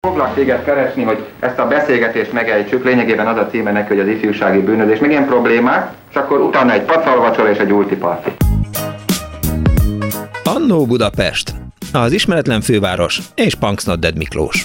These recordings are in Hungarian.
Foglak téged keresni, hogy ezt a beszélgetést megejtsük, lényegében az a címe neki, hogy az ifjúsági bűnözés, meg ilyen problémák, és akkor utána egy pacalvacsora és egy ultiparti. Annó Budapest, az ismeretlen főváros és Punks Not Dead Miklós.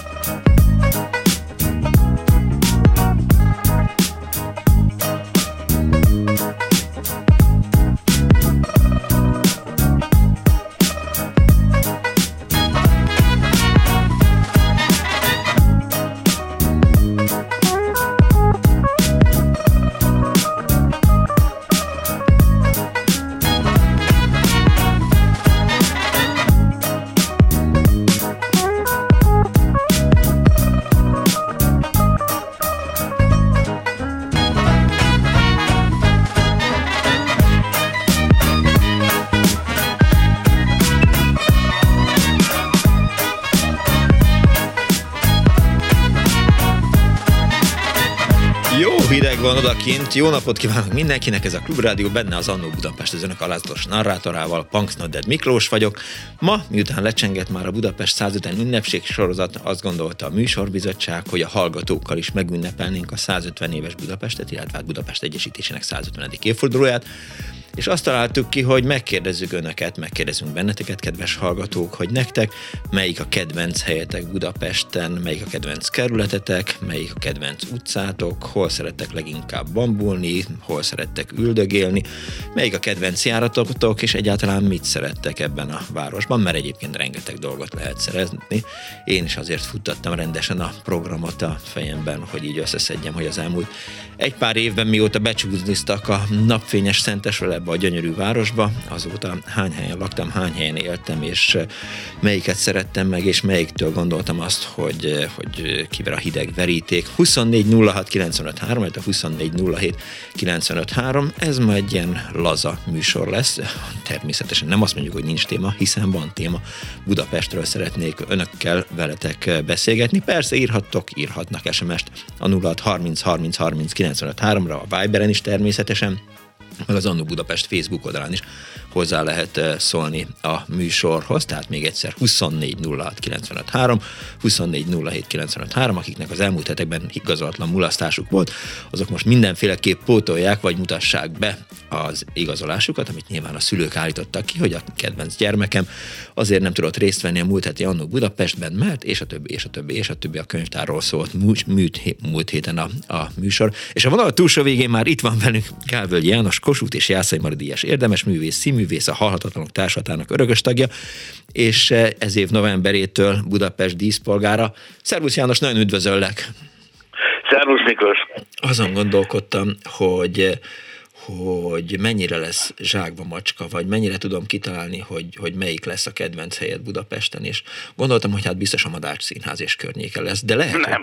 Van odakint. Jó napot kívánok mindenkinek, ez a Klubrádió, benne az Annó Budapest, az önök alázatos narrátorával, Punks Not Dead Miklós vagyok. Ma, miután lecsengett már a Budapest 150 ünnepség sorozat, azt gondolta a műsorbizottság, hogy a hallgatókkal is megünnepelnénk a 150 éves Budapestet, illetve Budapest egyesítésének 150. évfordulóját, és azt találtuk ki, hogy megkérdezzük önöket, megkérdezünk benneteket, kedves hallgatók, hogy nektek melyik a kedvenc helyetek Budapesten, melyik a kedvenc kerületetek, melyik a kedvenc utcátok, hol szerettek leginkább bambulni, hol szerettek üldögélni, melyik a kedvenc járatotok, és egyáltalán mit szerettek ebben a városban, mert egyébként rengeteg dolgot lehet szerezni. Én is azért futtattam rendesen a programot a fejemben, hogy így összeszedjem, hogy az elmúlt egy pár évben, mióta becsúszdiztak a napfényes Szentesről ebbe a gyönyörű városba, azóta hány helyen laktam, hány helyen éltem, és melyiket szerettem meg, és melyiktől gondoltam azt, hogy kiver a hideg veríték. 24 06 95 3, a 24 07 95 3, ez ma egy ilyen laza műsor lesz. Természetesen nem azt mondjuk, hogy nincs téma, hiszen van téma. Budapestről szeretnék önökkel, veletek beszélgetni. Persze írhatnak SMS-t a 06 30 30 30 95 3-ra, a Viberen is természetesen, meg az Annó Budapest Facebook oldalán is hozzá lehet szólni a műsorhoz, tehát még egyszer 24 06 95 3, 24 07 95 3, akiknek az elmúlt hetekben igazolatlan mulasztásuk volt, azok most mindenféleképp pótolják, vagy mutassák be az igazolásukat, amit nyilván a szülők állítottak ki, hogy a kedvenc gyermekem azért nem tudott részt venni a múlt heti Annó Budapestben, mert és a többi a könyvtárról szólt múlt héten a műsor. És a vonal túlsó végén már itt van velünk Gálvölgyi János, Kossuth és Jászai Mari díjas érdemes művész, színművész, a Halhatatlanok Társulatának örökös tagja, és ez év novemberétől Budapest díszpolgára. Szervusz János, nagyon üdvözöllek! Szervusz Miklós! Azon gondolkodtam, hogy mennyire lesz zsákba macska, vagy mennyire tudom kitalálni, hogy melyik lesz a kedvenc helyed Budapesten, és gondoltam, hogy hát biztos a Madách Színház és környéke lesz, de lehet, nem.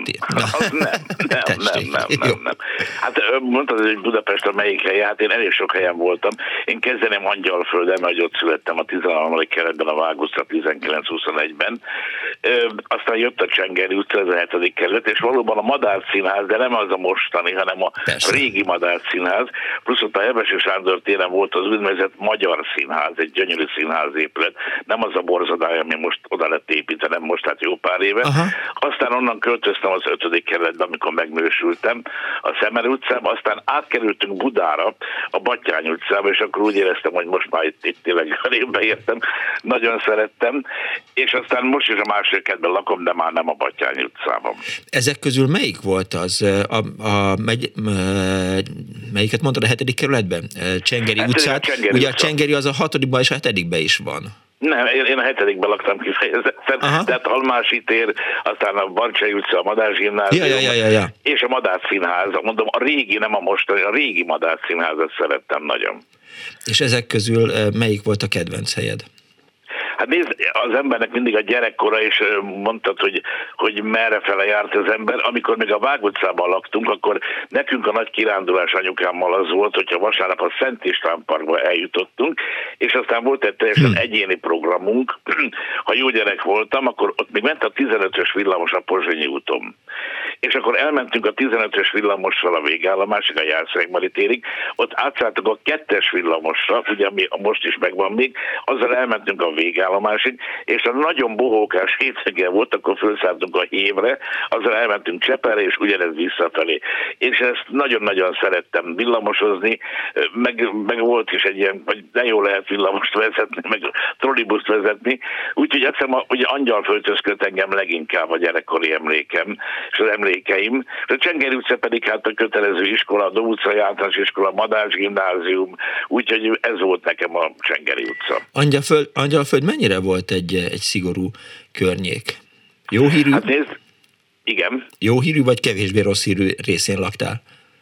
Hát mondtad, hogy Budapesten melyik hely, hát én elég sok helyen voltam. Én kezdeném Angyalföldön, mert ott születtem a 13. kerületben, a Vág utca 19-21-ben. Aztán jött a Csengeri utca, ez a 7. kerület, és valóban a Madách Színház, de nem az a mostani, hanem a régi Madách Színház, plusz ott a Hevesi Sándor téren volt az úgynevezett Magyar Színház, egy gyönyörű színházépület, nem az a borzadály, ami most oda lett építve, nem most, hát jó pár éve. Aha. Aztán onnan költöztem az 5. kerületbe, amikor megnősültem, a Szemere utcába, aztán átkerültünk Budára, a Battyány utcába, és akkor úgy éreztem, hogy most már itt tényleg elébe értem, nagyon szerettem, és aztán most is a második kerületben lakom, de már nem a Battyány utcában. Ezek közül melyik volt az, melyiket mondtad, a 7. kerületben? Csengeri utcát. Ugye a Csengeri az a 6-ban és a 7-ben is van. Nem, én a 7-ben laktam kifejezetten, tehát Almási tér, aztán a Barcsai utca, a Madách Gimnázium, és a Madách Színház. Mondom, a régi, nem a mostani, a régi Madách Színházat szerettem nagyon. És ezek közül melyik volt a kedvenc helyed? Hát nézd, az embernek mindig a gyerekkora, és mondtad, hogy merrefele járt az ember. Amikor még a Vág utcában laktunk, akkor nekünk a nagy kirándulás anyukámmal az volt, hogyha vasárnap a Szent István Parkba eljutottunk, és aztán volt egy teljesen egyéni programunk. Ha jó gyerek voltam, akkor ott még ment a 15-ös villamos a Pozsonyi úton. és akkor elmentünk a 15-ös villamossal a végállomásig, a Jászai-Mari térig, ott átszálltuk a 2-es villamosra, ugye ami most is megvan még, azzal elmentünk a végállomásig, és a nagyon bohókás hétvégén volt, akkor felszálltunk a Hévre, azzal elmentünk Csepelre, és ugyanez visszafelé. És ezt nagyon-nagyon szerettem villamosozni, meg volt is egy ilyen, hogy de jó lehet villamost vezetni, meg trollibuszt vezetni, úgyhogy azt hiszem, hogy Angyalföldhöz köt engem leginkább a gyerekkori emlékem, és az emlékeim. A Csengeri utca pedig hát a kötelező iskola, a Dó utcai általános iskola, a Madács gimnázium, úgyhogy ez volt nekem a Csengeri utca. Angyalföld mennyire volt egy szigorú környék? Jó hírű? Hát nézd, igen. Jó hírű vagy kevésbé rossz hírű részén laktál?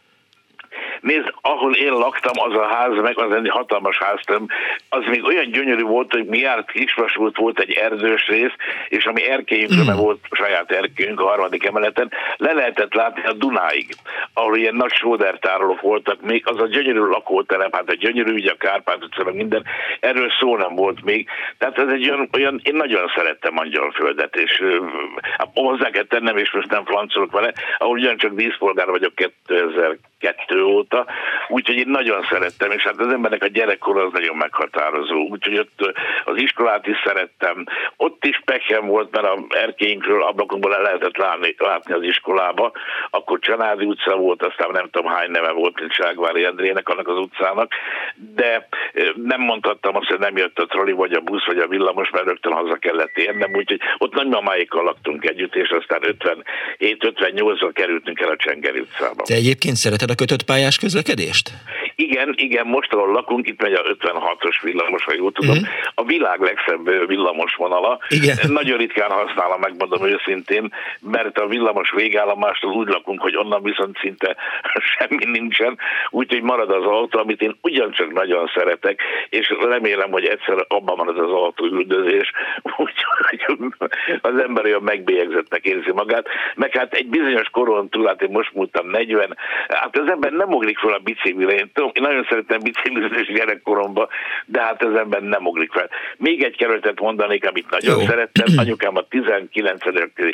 Nézd, ahol én laktam, az a ház, meg az egy hatalmas háztömb, az még olyan gyönyörű volt, hogy mi járt kisvasút, volt egy erdős rész, és ami erkélyünkről, mert volt saját erkélyünk a 3. emeleten, le lehetett látni a Dunáig, ahol ilyen nagy sódertárolók voltak még, az a gyönyörű lakótelep, hát a gyönyörű, ugye a Kárpát utca, meg minden, erről szó nem volt még. Tehát ez egy olyan én nagyon szerettem Angyalföldet, és hozzá kell tennem, és most nem flancolok vele, ahol ugyancsak díszpolgár vagyok 2002 óta, úgyhogy én nagyon szerettem, és hát az embernek a gyerekkor az nagyon meghatározó, úgyhogy ott az iskolát is szerettem. Ott is pekhem volt, mert a erkélyünkről, ablakunkból el lehetett látni az iskolába, akkor Csanádi utca volt, aztán nem tudom hány neve volt, mint Ságvári Endrének, annak az utcának, de nem mondhattam azt, hogy nem jött a troli, vagy a busz, vagy a villamos, mert rögtön haza kellett érnem, úgyhogy ott nagymamáikkal laktunk együtt, és aztán 57-58-ra kerültünk el a Csengeri utcába. Te egyébként szereted a kötött pályás közlekedést? Igen, most ahol lakunk, itt megy a 56-os villamos, ha jól tudom, a világ legszebb villamos vonala. Igen. Nagyon ritkán használom, megmondom őszintén, mert a villamos végállomástól úgy lakunk, hogy onnan viszont szinte semmi nincsen, úgyhogy marad az autó, amit én ugyancsak nagyon szeretek, és remélem, hogy egyszer abban marad az autó üldözés, úgyhogy az ember olyan megbélyegzettnek érzi magát, meg hát egy bizonyos koron túl, hát én most múltam 40, hát az ember nem ugrik fel a biciklire. Én nagyon szeretem biciklizni gyerekkoromban, de hát az ember nem ugrik fel. Még egy kerületet mondanék, amit nagyon szerettem. Anyukám a 19.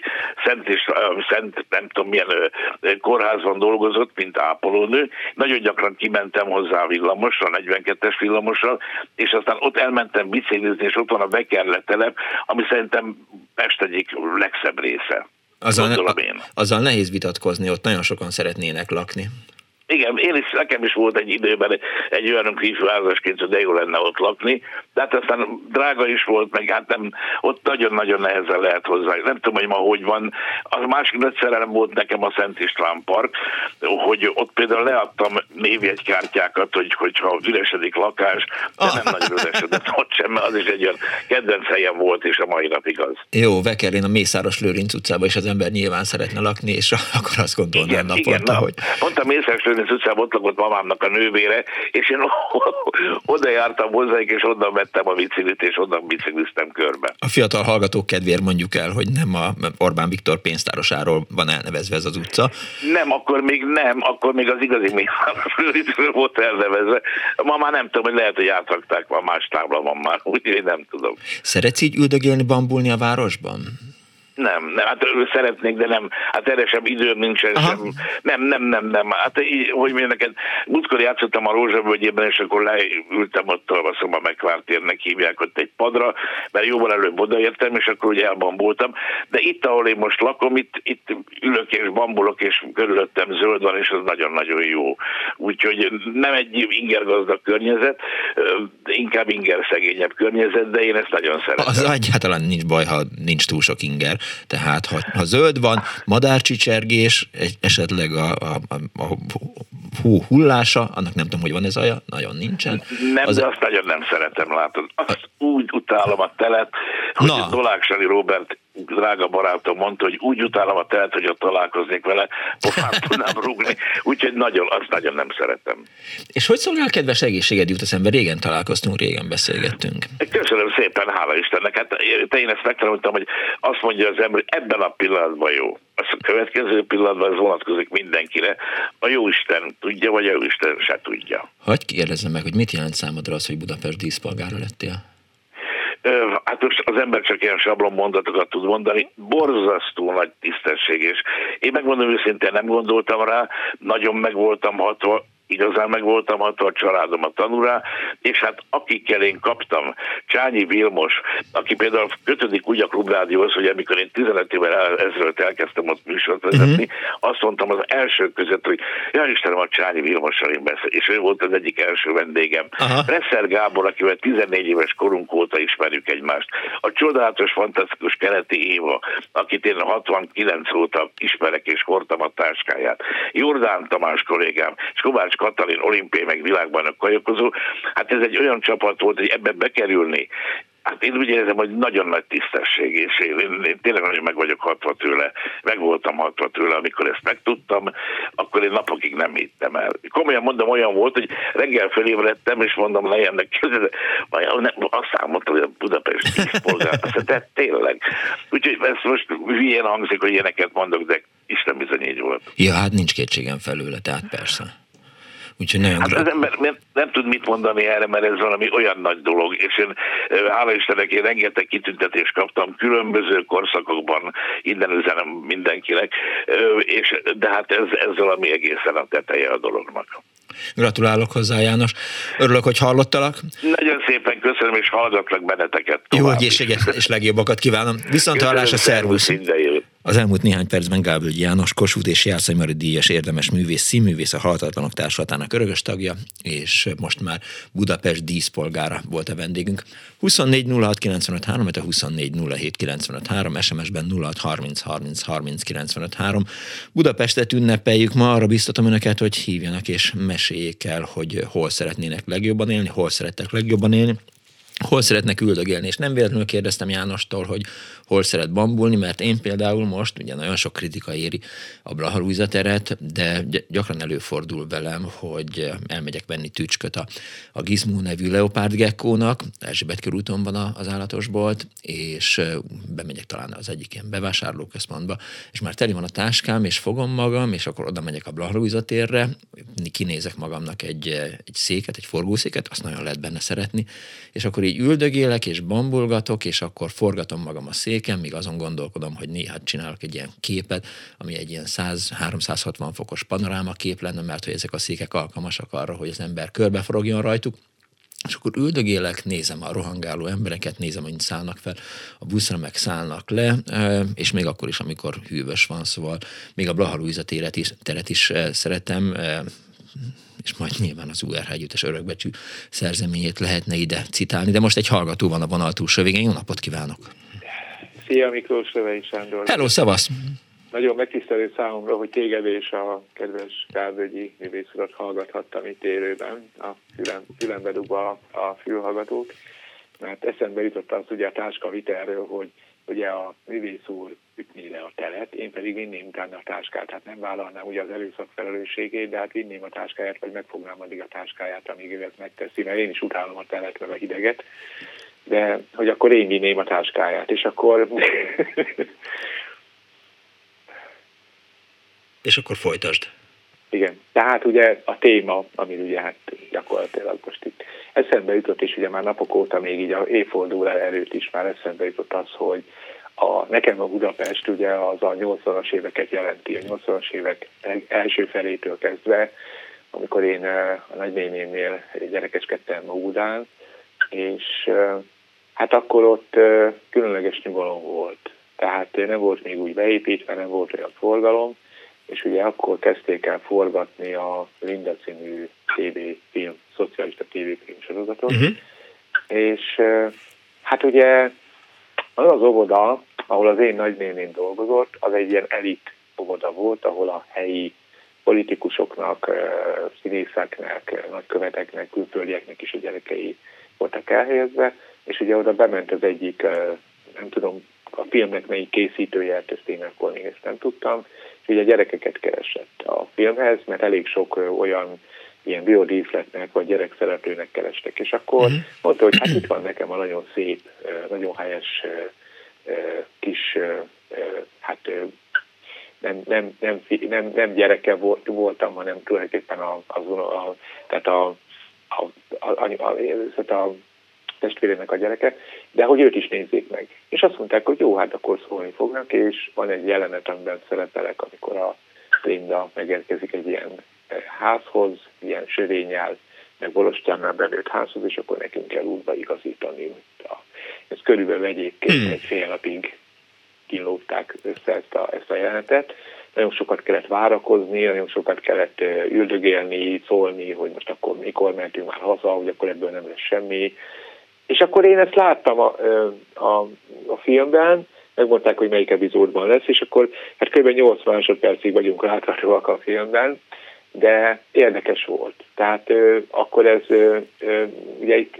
Szent nem tudom milyen kórházban dolgozott, mint ápolónő. Nagyon gyakran kimentem hozzá a villamosra, a 42-es villamossal, és aztán ott elmentem biciklizni, és ott van a Bekerle telep, ami szerintem Pest egyik legszebb része. Azzal nehéz vitatkozni, ott nagyon sokan szeretnének lakni. Igen, nekem is volt egy időben egy olyanunk hívőházasként, hogy de jó lenne ott lakni, de hát aztán drága is volt, meg hát nem, ott nagyon-nagyon nehezen lehet hozzá. Nem tudom, hogy ma hogy van. Az másik nagy szerelem volt nekem a Szent István Park, hogy ott például leadtam névjegykártyákat, hogyha üresedik lakás, de nem nagyon üresedett ott sem, mert az is egy olyan kedvenc helyem volt, és a mai napig az. Jó, Vekerlén a Mészáros Lőrinc utcában is az ember nyilván szeretne lakni, és akkor azt gondolnám naponta, hogy... Pont a Mészáros Lőrinc utcában ott lakott mamámnak a nővére, és én oda jártam hozzájuk, és onnan vettem a biciklit, és onnan bicikliztem körbe. A fiatal hallgatók kedvéért mondjuk el, hogy nem a Orbán Viktor pénztárosáról van elnevezve ez az utca. Nem, akkor még az igazi Mészáros Lőrincről volt elnevezve. Ma már nem tudom, hogy lehet, hogy átrakták, ma más tábla van már, úgyhogy nem tudom. Szeretsz így üldögélni, bambulni a városban? Nem, hát szeretnék, de nem, hát erre sem időm nincsen, sem, nem, hát így, hogy mondjam neked, múltkor játszottam a Rózsavölgyében, és akkor leültem ott, azt a Megvár térnek hívják ott egy padra, mert jóval előbb odaértem, és akkor ugye elbambultam, de itt, ahol én most lakom, itt ülök és bambulok, és körülöttem zöld van, és az nagyon-nagyon jó. Úgyhogy nem egy ingergazdag környezet, inkább ingerszegényebb környezet, de én ezt nagyon szeretem. Az egyáltalán nincs baj, ha nincs túl sok inger. Tehát ha zöld van, madárcsicsergés, esetleg a hó hullása, annak nem tudom, hogy van ez alja, nagyon nincsen. Nem, de azt nagyon nem szeretem, látod. Azt úgy utálom a telet, hogy Dolák Sali Róbert drága barátom mondta, hogy úgy utálom a telet, hogy ott találkoznék vele, pofán tudnám rúgni, úgyhogy azt nagyon nem szeretem. És hogy szolgál, kedves, egészséged jut eszembe? Régen találkoztunk, régen beszélgettünk. Köszönöm szépen, hála Istennek. Hát én ezt megtanultam, hogy azt mondja az ember, hogy ebben a pillanatban jó. A következő pillanatban ez vonatkozik mindenkire. A Jóisten tudja, vagy a Jóisten se tudja. Hadd kérdezzem meg, hogy mit jelent számodra az, hogy Budapest díszpolgára lettél? Hát most az ember csak ilyen sablon mondatokat tud mondani, borzasztó nagy tisztesség, és én megmondom őszintén, nem gondoltam rá, nagyon meg voltam hatva, igazán meg voltam hatva, a családomat tanul rá, és hát akikkel én kaptam, Csányi Vilmos, aki például kötődik úgy a Klubrádióhoz, hogy amikor én 15 évvel ezelőtt elkezdtem ott műsort vezetni, azt mondtam az első között, hogy jaj Istenem, a Csányi Vilmossal én beszél, és ő volt az egyik első vendégem. Reszer Gábor, akivel 14 éves korunk óta ismerjük egymást. A csodálatos, fantasztikus Keleti Éva, akit én 69 óta ismerek és hordtam a táskáját. Jordán Tamás kollégám, és Kovács Katalin, olimpiai meg világbajnok kajakozó. Hát ez egy olyan csapat volt, hogy ebbe bekerülni. Hát én úgy érzem, hogy nagyon nagy tisztesség, és én tényleg nagyon meg vagyok hatva tőle, meg voltam hatva tőle, amikor ezt megtudtam, akkor én napokig nem hittem el. Komolyan mondom, olyan volt, hogy reggel fölébredtem, és mondom Lejennek, azt mondta, hogy a Budapest 10 polgár, de tényleg. Úgyhogy ezt most hülyén hangzik, hogy ilyeneket mondok, de Isten bizony így volt. Ja, hát nincs kétségem felőle, tehát persze. Úgyhogy nagyon hát az ember nem tud mit mondani erre, mert ez valami olyan nagy dolog, és én hála Istennek én rengeteg kitüntetést kaptam különböző korszakokban, innen üzenem mindenkinek, de hát ez valami egészen a teteje a dolognak. Gratulálok hozzá, János. Örülök, hogy hallottalak. Nagyon szépen köszönöm, és hallgatlak benneteket. Jó egészséget és legjobbakat kívánom. Viszont hallásra, szervusz! Az elmúlt néhány percben Gábölgyi János, Kossuth és Jászai Mari díjas érdemes művész, színművész, a Halhatatlanok Társulatának örökös tagja, és most már Budapest díszpolgára volt a vendégünk. 24 06 95 3, a 24 07 95 3, SMS-ben 06 30 30 30 95 3. Budapestet ünnepeljük ma, arra biztatom önöket, hogy hívjanak és meséljék el, hogy hol szeretnének legjobban élni, hol szerettek legjobban élni, hol szeretnek üldögélni, és nem véletlenül kérdeztem Jánostól, hogy hol szeret bambulni, mert én például most, ugye nagyon sok kritika éri a Blaha Lujza teret, de gyakran előfordul velem, hogy elmegyek venni tücsköt a Gizmo nevű leopárdgekkónak, Erzsébet körúton van az állatosbolt, és bemegyek talán az egyik ilyen bevásárlóközpontba, és már teli van a táskám, és fogom magam, és akkor oda megyek a Blaha Lujza térre, kinézek magamnak egy széket, egy forgószéket, azt nagyon lehet benne szeretni, és akkor így üldögélek, és bambulgatok, és akkor forgatom magam a széken, míg azon gondolkodom, hogy néha csinálok egy ilyen képet, ami egy ilyen 100-360 fokos panoráma kép lenne, mert hogy ezek a székek alkalmasak arra, hogy az ember körbeforogjon rajtuk, és akkor üldögélek, nézem a rohangáló embereket, nézem, hogy szállnak fel, a buszra meg szállnak le, és még akkor is, amikor hűvös van, szóval még a Blaha Lujza teret is szeretem, és majd nyilván az URH együttes örökbecsű szerzeményét lehetne ide citálni, de most egy hallgató van a vonal túlsó végén. Jó napot kívánok! Szia Miklós, Lövei Sándor! Hello, szevasz! Nagyon megtisztelő számomra, hogy téged és a kedves Gábölgyi művész urat hallgathattam itt élőben, a fülembe dugva a fülhallgatót, mert eszembe jutott az ugye a táska vitelről, hogy ugye a művész úr ütné le a telet, én pedig vinném utána a táskát, hát nem vállalnám ugye az erőszak felelősségét, de hát vinném a táskáját, vagy megfognám addig a táskáját, amíg ő ezt megteszi, mert én is utálom a telet, meg a hideget, de hogy akkor én vinném a táskáját, és akkor... És akkor folytasd. Igen, tehát ugye a téma, ami ugye hát gyakorlatilag most itt eszembe jutott, és ugye már napok óta még így a évforduló előtt is már eszembe jutott az, hogy nekem a Budapest ugye az a 80-as éveket jelenti, a 80-as évek első felétől kezdve, amikor én a nagynénémnél gyerekeskedtem Óbudán, és hát akkor ott különleges nyugalom volt. Tehát nem volt még úgy beépítve, nem volt olyan forgalom, és ugye akkor kezdték el forgatni a Linda című TV-film, szocialista TV-film sorozatot, és hát ugye az óvoda, ahol az én nagynéném dolgozott, az egy ilyen elit óvoda volt, ahol a helyi politikusoknak, színészeknek, nagyköveteknek, külföldieknek is a gyerekei voltak elhelyezve, és ugye oda bement az egyik, nem tudom, a filmnek melyik készítője, ezt én akkor még ezt nem tudtam, és ugye a gyerekeket keresett a filmhez, mert elég sok olyan ilyen biodíszletnek vagy gyerekszereplőnek kerestek, és akkor mondta, hogy hát itt van nekem a nagyon szép, nagyon helyes kis, hát nem gyereke voltam, hanem tulajdonképpen testvérének a gyereke, de hogy őt is nézzék meg. És azt mondták, hogy jó, hát akkor szólni fognak, és van egy jelenet, amiben szerepelek, amikor a Linda megérkezik egy ilyen házhoz, ilyen sörényel, meg bolostyánnál benőtt házhoz, és akkor nekünk kell útba igazítani. Ez körülbelül egyébként egy fél napig kínlódták össze ezt a jelenetet. Nagyon sokat kellett várakozni, nagyon sokat kellett üldögélni, szólni, hogy most akkor mikor mentünk már haza, hogy akkor ebből nem lesz semmi. És akkor én ezt láttam a filmben, megmondták, hogy melyik epizódban lesz, és akkor hát kb. 8 másodpercig vagyunk láthatóak a filmben, de érdekes volt. Tehát akkor ez ugye itt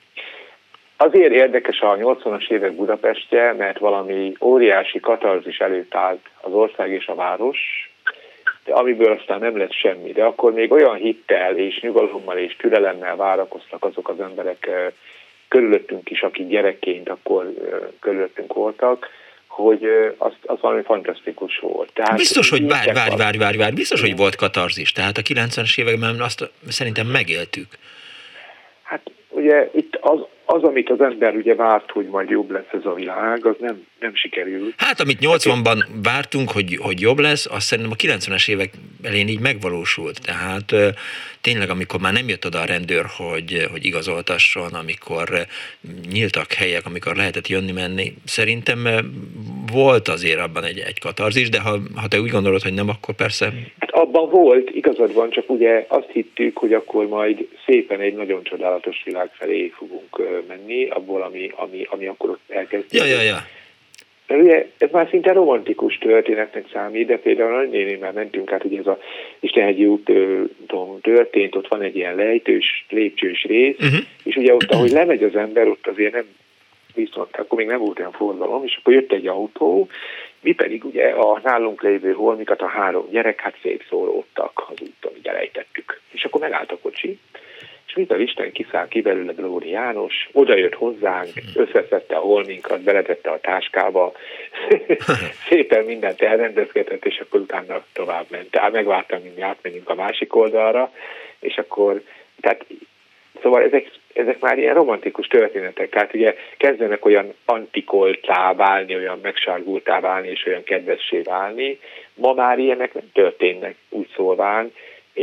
azért érdekes a 80-as évek Budapestje, mert valami óriási katarzis előtt állt az ország és a város, de amiből aztán nem lett semmi. De akkor még olyan hittel és nyugalommal és türelemmel várakoztak azok az emberek körülöttünk is, akik gyerekként akkor körülöttünk voltak, hogy az valami fantasztikus volt. Tehát biztos, hogy várj, biztos, hogy volt katarzis. Tehát a 90-es években azt szerintem megéltük. Hát ugye itt az, amit az ember ugye várt, hogy majd jobb lesz ez a világ, az nem sikerült. Hát amit 80-ban vártunk, hogy jobb lesz, azt szerintem a 90-es évek elején így megvalósult. Tehát tényleg, amikor már nem jött oda a rendőr, hogy igazoltasson, amikor nyíltak helyek, amikor lehetett jönni-menni, szerintem volt azért abban egy katarzis, de ha te úgy gondolod, hogy nem, akkor persze... Hát abban volt, igazad van, csak ugye azt hittük, hogy akkor majd szépen egy nagyon csodálatos világ felé fogunk menni, abból, ami akkor ott elkezdődött. Ja. Mert ugye ez már szinte romantikus történetnek számít, de például a nagynéni már mentünk át, ugye ez a Istenhegyi úton történt, ott van egy ilyen lépcsős rész, és ugye ott, ahogy lemegy az ember, ott azért nem viszont, akkor még nem volt olyan forgalom, és akkor jött egy autó, mi pedig ugye a nálunk lévő holmikat, a 3 gyerek, hát szétszóródtak az úton, így elejtettük. És akkor megállt a kocsi, és mint a Isten kiszáll ki belőle Glóri János, oda jött hozzánk, összeszedte a holminkat, beletette a táskába, szépen mindent elrendezgetett, és akkor utána tovább ment. Tehát megvártam, hogy mi átmenjünk a másik oldalra, és akkor, tehát szóval ezek már ilyen romantikus történetek, tehát ugye kezdenek olyan antikoltá válni, olyan megsárgultá válni, és olyan kedvessé válni. Ma már ilyenek nem történnek, úgy szólván,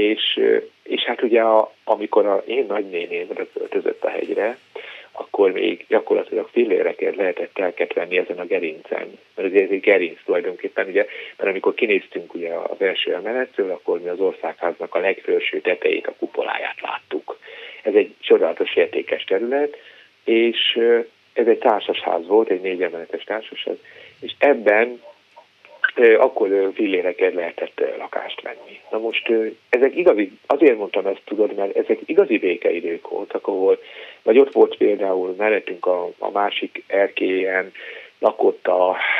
és hát ugye amikor az én nagynéném költözött a hegyre, akkor még gyakorlatilag fillérekért lehetett telket venni ezen a gerincen. Mert ugye ez egy gerinc tulajdonképpen, ugye, mert amikor kinéztünk ugye az első emeletről, akkor mi az országháznak a legfelső tetejét, a kupoláját láttuk. Ez egy csodálatos értékes terület, és ez egy társasház volt, egy 4 emeletes társasház, és ebben akkor fillérekért lehetett lakást venni. Na most ezek igazi, azért mondtam ezt, tudod, mert ezek igazi békeidők voltak, ahol, vagy ott volt például mellettünk a másik erkélyen lakott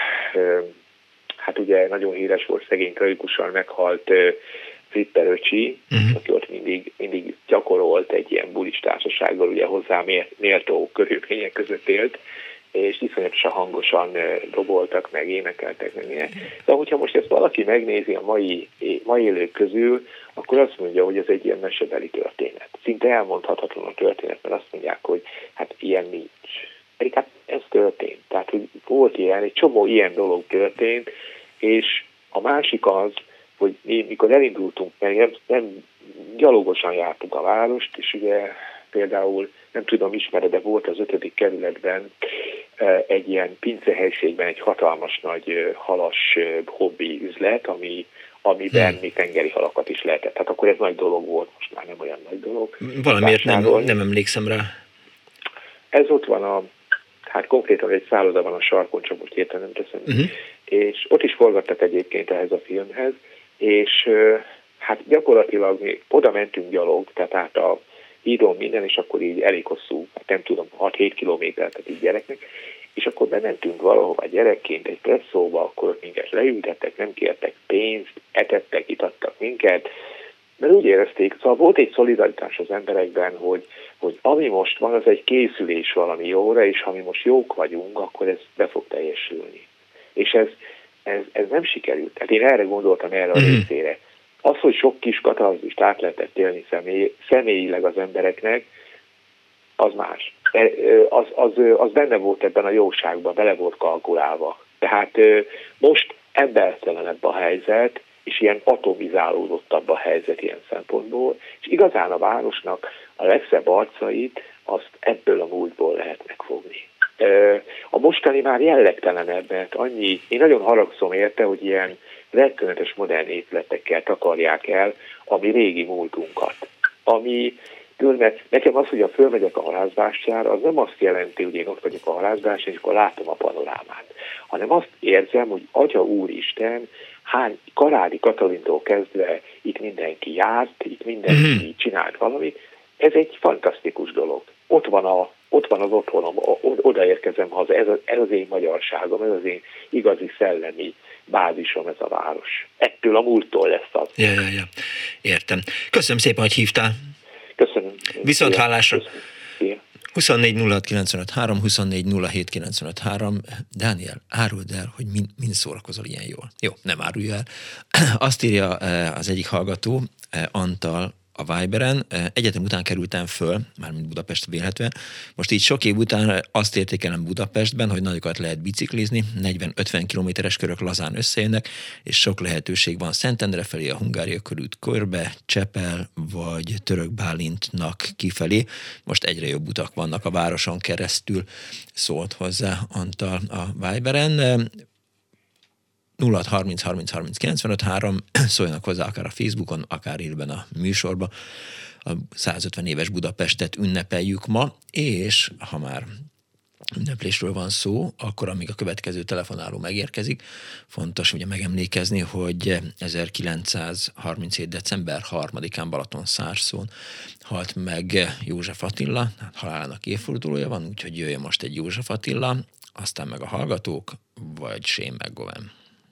hát ugye nagyon híres volt, szegény tragikusan meghalt Flipper öcsi, aki ott mindig gyakorolt egy ilyen bulis társasággal, ugye hozzá méltó körülmények között élt, és iszonyatosan hangosan doboltak, meg énekeltek, meg ilyen. De hogyha most ezt valaki megnézi a mai élők közül, akkor azt mondja, hogy ez egy ilyen mesebeli történet. Szinte elmondhatatlan a történet, mert azt mondják, hogy hát ilyen nincs. Pedig hát ez történt. Tehát, hogy volt ilyen, egy csomó ilyen dolog történt, és a másik az, hogy mi, mikor elindultunk, mert nem gyalogosan jártunk a várost, és ugye például, nem tudom, ismered, de volt az 5. kerületben egy ilyen pincehelyiségben egy hatalmas nagy halas hobbi üzlet, amiben mi tengeri halakat is lehetett. Tehát akkor ez nagy dolog volt, most már nem olyan nagy dolog. Valamiért nem emlékszem rá. Ez ott van hát konkrétan egy szálloda van a sarkon, csak most értem nem teszem. És ott is forgattak egyébként ehhez a filmhez, és hát gyakorlatilag mi oda mentünk gyalog, tehát át a hídon minden, és akkor így elég hosszú, hát nem tudom, 6-7 kilométer, tehát így gyereknek, és akkor bementünk valahova gyerekként egy presszóba, akkor minket leültettek, nem kértek pénzt, etettek, itattak minket, mert úgy érezték, szóval volt egy szolidaritás az emberekben, hogy ami most van, az egy készülés valami jóra, és ha mi most jók vagyunk, akkor ez be fog teljesülni. És ez nem sikerült. Tehát én erre gondoltam, erre a részére. Az, hogy sok kis katarzist át lehetett élni személyileg az embereknek, az más. az benne volt ebben a jóságban, bele volt kalkulálva. Tehát most embertelenebb a helyzet, és ilyen atomizálódottabb a helyzet ilyen szempontból, és igazán a városnak a legszebb arcait azt ebből a múltból lehet megfogni. A mostani már jellegtelenebb, mert annyi, én nagyon haragszom érte, hogy ilyen rettenetes modern épületekkel takarják el a mi régi múltunkat. Mert nekem az, hogy fölmegyek a Halászbástyára, az nem azt jelenti, hogy én ott vagyok a Halászbástyán, és akkor látom a panorámát, hanem azt érzem, hogy Atya Úristen, Karádi Katalintól kezdve itt mindenki járt, itt mindenki csinált valamit. Ez egy fantasztikus dolog. Ott van az otthonom, odaérkezem haza, ez az én magyarságom, ez az én igazi szellemi bázisom, ez a város. Ettől a múlttól lesz az. Ja. Értem. Köszönöm szépen, hogy hívtál. Köszönöm. Viszont hallásra. 24 06 95 3, 24 07 95 3. Dániel, áruld el, hogy mind szórakozol ilyen jól. Jó, nem árulj el. Azt írja az egyik hallgató, Antal, a Viberen. Egyetem után kerültem föl, mármint Budapest vélhetően. Most így sok év után azt értékelem Budapestben, hogy nagyokat lehet biciklizni, 40-50 kilométeres körök lazán összejönnek, és sok lehetőség van Szentendre felé, a Hungária körút körbe, Csepel vagy Török Bálintnak kifelé. Most egyre jobb utak vannak a városon keresztül, szólt hozzá Antal a Viberen. 0630 30 30 95 3, szóljanak hozzá akár a Facebookon, akár élőben a műsorba. A 150 éves Budapestet ünnepeljük ma, és ha már ünneplésről van szó, akkor amíg a következő telefonáló megérkezik, fontos ugye megemlékezni, hogy 1937. december 3-án Balatonszárszón halt meg József Attila, halálának évfordulója van, úgyhogy jöjjön most egy József Attila, aztán meg a hallgatók, vagy Shane McGowan.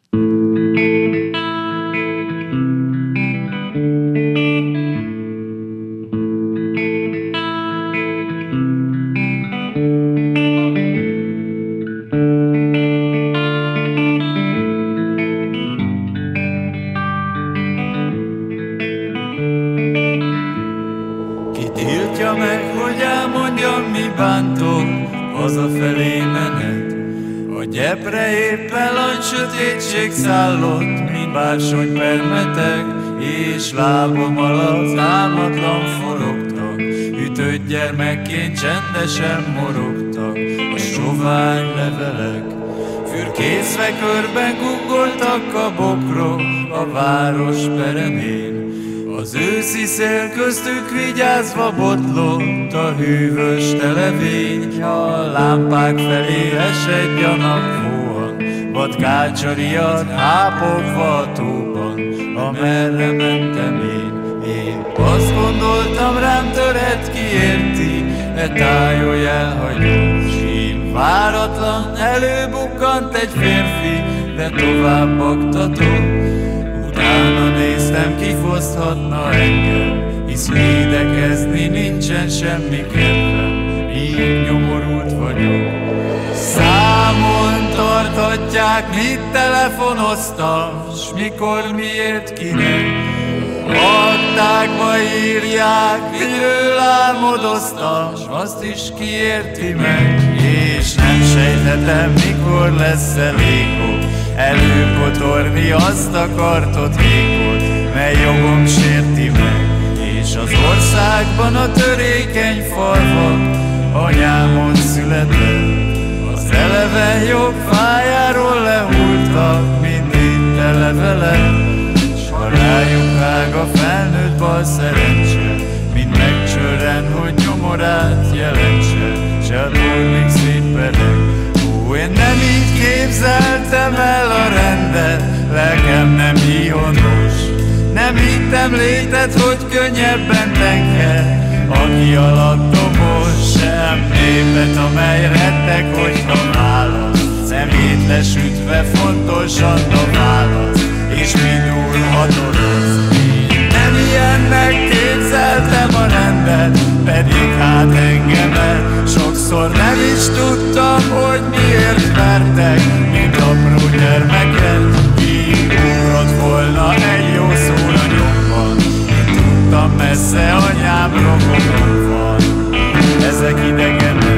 Ki tiltja meg, hogy elmondjam, mi bántom hazafelé menet? A gyepre éppen nagy sötétség szállott, mint bársony permeteg, és lábam alatt álmatlan forogtak, ütött gyermekként csendesen morogtak a sovány levelek. Fürkészve körben guggoltak a bokrok a város peremén, az őszi szél köztük vigyázva botlott a hűvös televény, a lámpák felé esett gyanakvóan, vadkácsariat hápogva a tóban, amerre mentem én. Épp azt gondoltam, rám törhet ki, érti, e tájolj elhagyott, sím váratlan, előbukkant egy férfi, de tovább baktatott. Utána néztem, kifoszthatna engem, hisz védekezni nincsen semmi kedvem, így nyomorult vagyok. Számon tarthatják, mit telefonoztam, s mikor, miért, kinek. Aktákba írják, miről álmodoztam, s azt is kiérti meg. És nem sejthetem, mikor lesz elég előkotorni azt a kartot vékot, mely jogom sérti meg. És az országban a törékeny falvak anyámon született, az eleven jobb fájáról lehultak mindig televelek. S ha rájuk ág a felnőtt bal szerencse, mind megcsörren, hogy nyomorát jelentse, se a tornik szétpereg. Én nem így képzeltem el a rendet, lelkem nem híhonos. Nem hittem létet, hogy könnyebben tenger, aki alatt dobos. Sem népet, amely retteg, hogyha válasz, szemét lesütve fontosan a válasz, és mindulhat orosz. Nem ilyennek képzeltem a rendet, pedig hát engemet sokszor nem is tudtam, hogy miért vertek, mint apró gyermeket. Így ugrott volna egy jó szól a nyomban, én tudtam, messze anyám rokonom van. Ezek idegen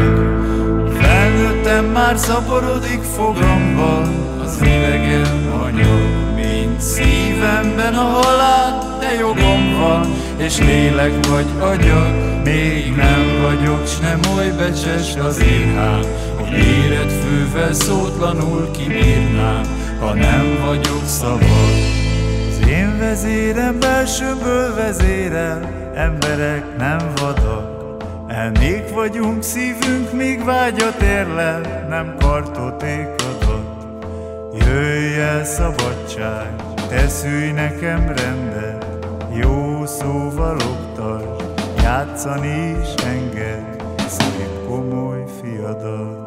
fogamban az idegen anyag, mint szívemben a halál, de jogom van, és lélek vagy agyag, még nem vagyok, s nem oly becses az érhám, hogy érett fővel szótlanul kibírnám, ha nem vagyok szabad. Az én vezérem belsőből vezérel, emberek nem vadak. Elmék vagyunk, szívünk még vágyat érlel, nem kartotékadat. Jöjj el szabadság, te szülj nekem rendet, jó szóval oktasd, játszani is enged, szép komoly fiadat.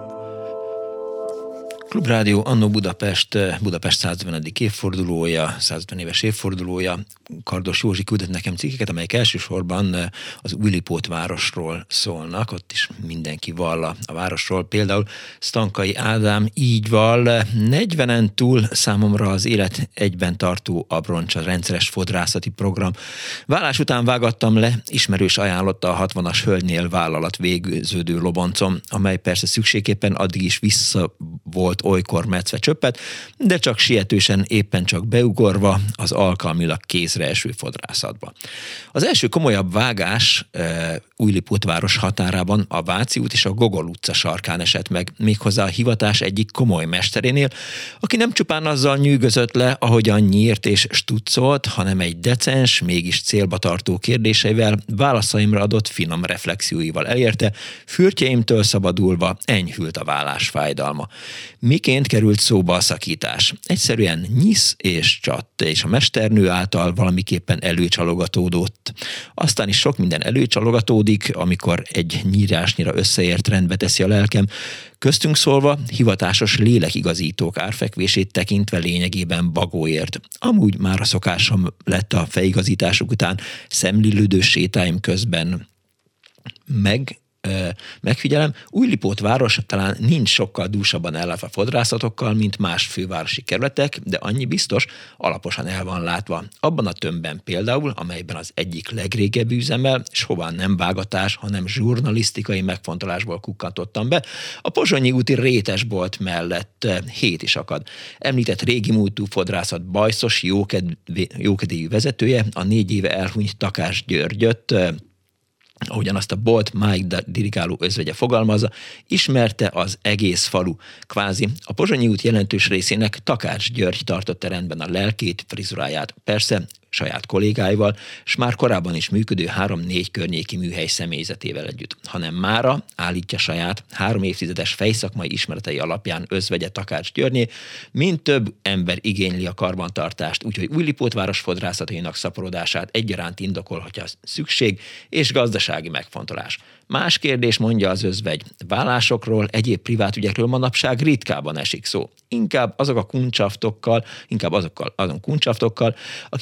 Klubrádió Annó Budapest 150. évfordulója, 150 éves évfordulója. Kardos Józsi küldött nekem cikkeket, amelyek elsősorban az Újlipót városról szólnak, ott is mindenki vall a városról. Például Stankai Ádám így vall: 40-en túl számomra az élet egyben tartó abroncs, a rendszeres fodrászati program. Vállás után vágattam le, ismerős ajánlotta a 60-as hölgynél vállalat végződő loboncom, amely persze szükségképpen addig is vissza volt olykor metszve csöppet, de csak sietősen, éppen csak beugorva az alkalmilag kézre eső fodrászatba. Az első komolyabb vágás Újlipót város határában a Váci út és a Gogol utca sarkán esett meg, méghozzá a hivatás egyik komoly mesterénél, aki nem csupán azzal nyűgözött le, ahogyan nyírt és stuccolt, hanem egy decens, mégis célba tartó kérdéseivel, válaszaimra adott finom reflexióival elérte, fürtjeimtől szabadulva enyhült a vállás fájdalma. Miként került szóba a szakítás? Egyszerűen nyisz és csatt, és a mesternő által valamiképpen előcsalogatódott. Aztán is sok minden előcsalogatódik, amikor egy nyírásnyira összeért rendbe teszi a lelkem. Köztünk szólva, hivatásos lélekigazítók árfekvését tekintve lényegében bagóért. Amúgy már a szokásom lett a fejigazítások után szemlélődő sétáim közben megfigyelem, Újlipót város talán nincs sokkal dúsabban ellátva fodrászatokkal, mint más fővárosi kerületek, de annyi biztos, alaposan el van látva. Abban a tömbben például, amelyben az egyik legrégebbi üzemmel, s hová nem vágatás, hanem zsurnalisztikai megfontolásból kukkantottam be, a Pozsonyi úti Rétesbolt mellett 7 is akad. Említett régi múltú fodrászat bajszos, jókedélyű vezetője, a 4 éve elhunyt Takács Györgyöt, ahogyan azt a bolt máig dirigáló özvegye fogalmazza, ismerte az egész falu. Kvázi a Pozsonyi út jelentős részének Takács György tartotta rendben a lelkét, frizuráját, persze saját kollégáival, s már korábban is működő 3-4 környéki műhely személyzetével együtt, hanem mára állítja saját 3 évtizedes fejszakmai ismeretei alapján özvegye Takács Györgyné, mint több ember igényli a karbantartást, úgyhogy Újlipót város fodrászatainak szaporodását egyaránt indokolhatja szükség és gazdasági megfontolás. Más kérdés, mondja az özvegy, vállásokról, egyéb privát ügyekről manapság ritkában esik szó. Inkább azon kuncsaftokkal,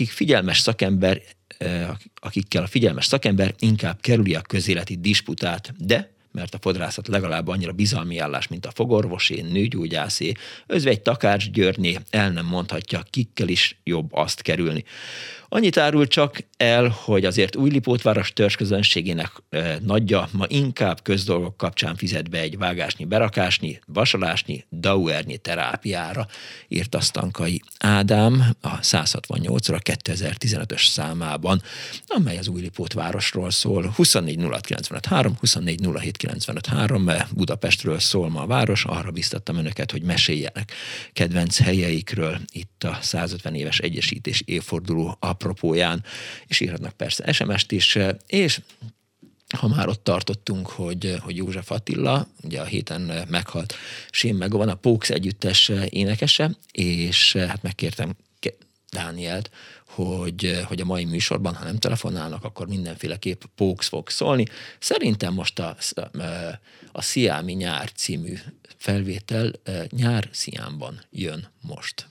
akikkel a figyelmes szakember inkább kerüli a közéleti disputát, de mert a fodrászat legalább annyira bizalmi állás, mint a fogorvosé, nőgyógyászé, özvegy Takács Györgyné el nem mondhatja, kikkel is jobb azt kerülni. Annyit árul csak el, hogy azért Újlipót város törzsközönségének nagyja ma inkább közdolgok kapcsán fizet be egy vágásnyi, berakásnyi, vasalásnyi, dauernyi terápiára, írta Stankai Ádám a 168-ra 2015-ös számában, amely az Újlipót városról szól. 24 06 953, 24 07 953, Budapestről szól ma a város, arra biztattam önöket, hogy meséljenek kedvenc helyeikről itt a 150 éves egyesítés évforduló apropóján, és írhatnak persze SMS-t is, és ha már ott tartottunk, hogy József Attila, ugye a héten meghalt Sém Megvan, a Póks együttes énekese, és hát megkértem Dánielt, hogy a mai műsorban, ha nem telefonálnak, akkor mindenféleképp Póks fog szólni. Szerintem most a Sziámi nyár című felvétel nyár Sziámban jön most.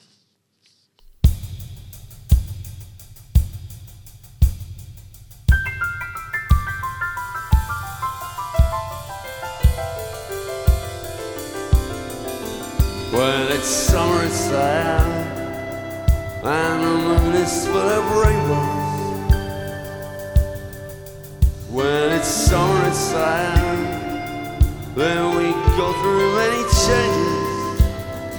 Well, it's summer in Siam, and the moon is full of rainbows. When it's summer in Siam, then we go through many changes.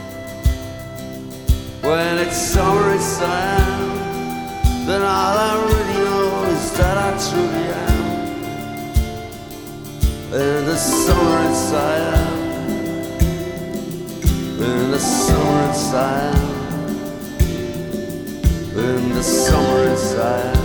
it's summer in Siam, then all I really know is that I truly am. In the summer in Siam, in the summer in Siam, in the summer in Siam.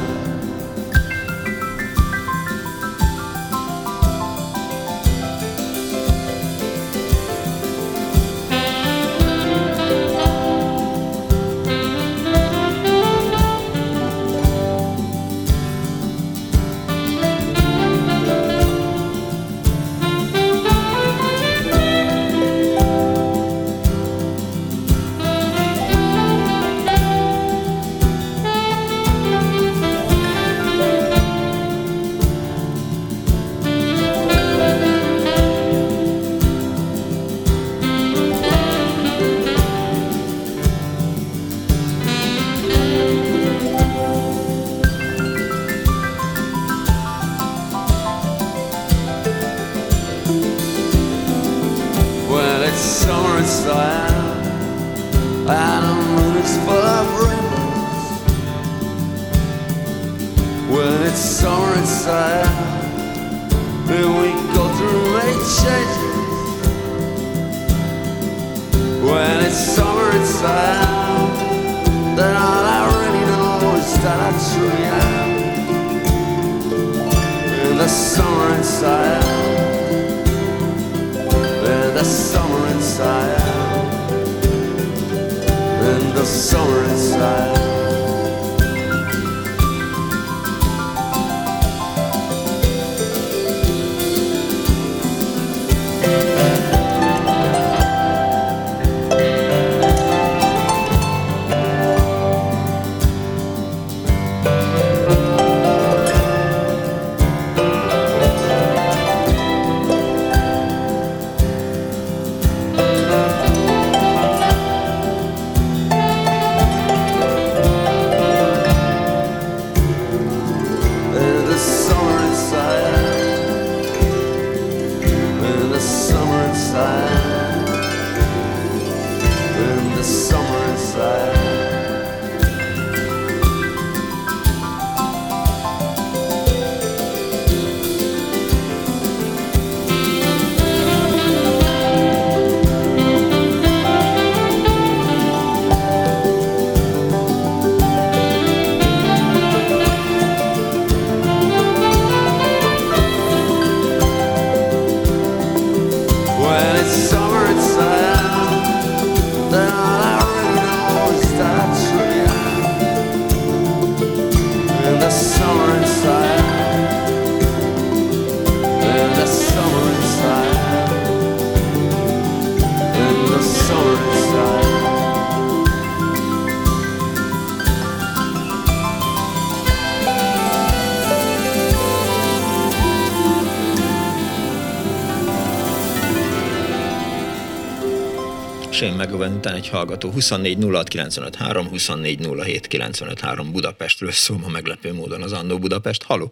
Shane McGowan után egy hallgató 24 06 95 3, 24 07 95 3 Budapestről szól ma meglepő módon az Annó Budapest. Halló!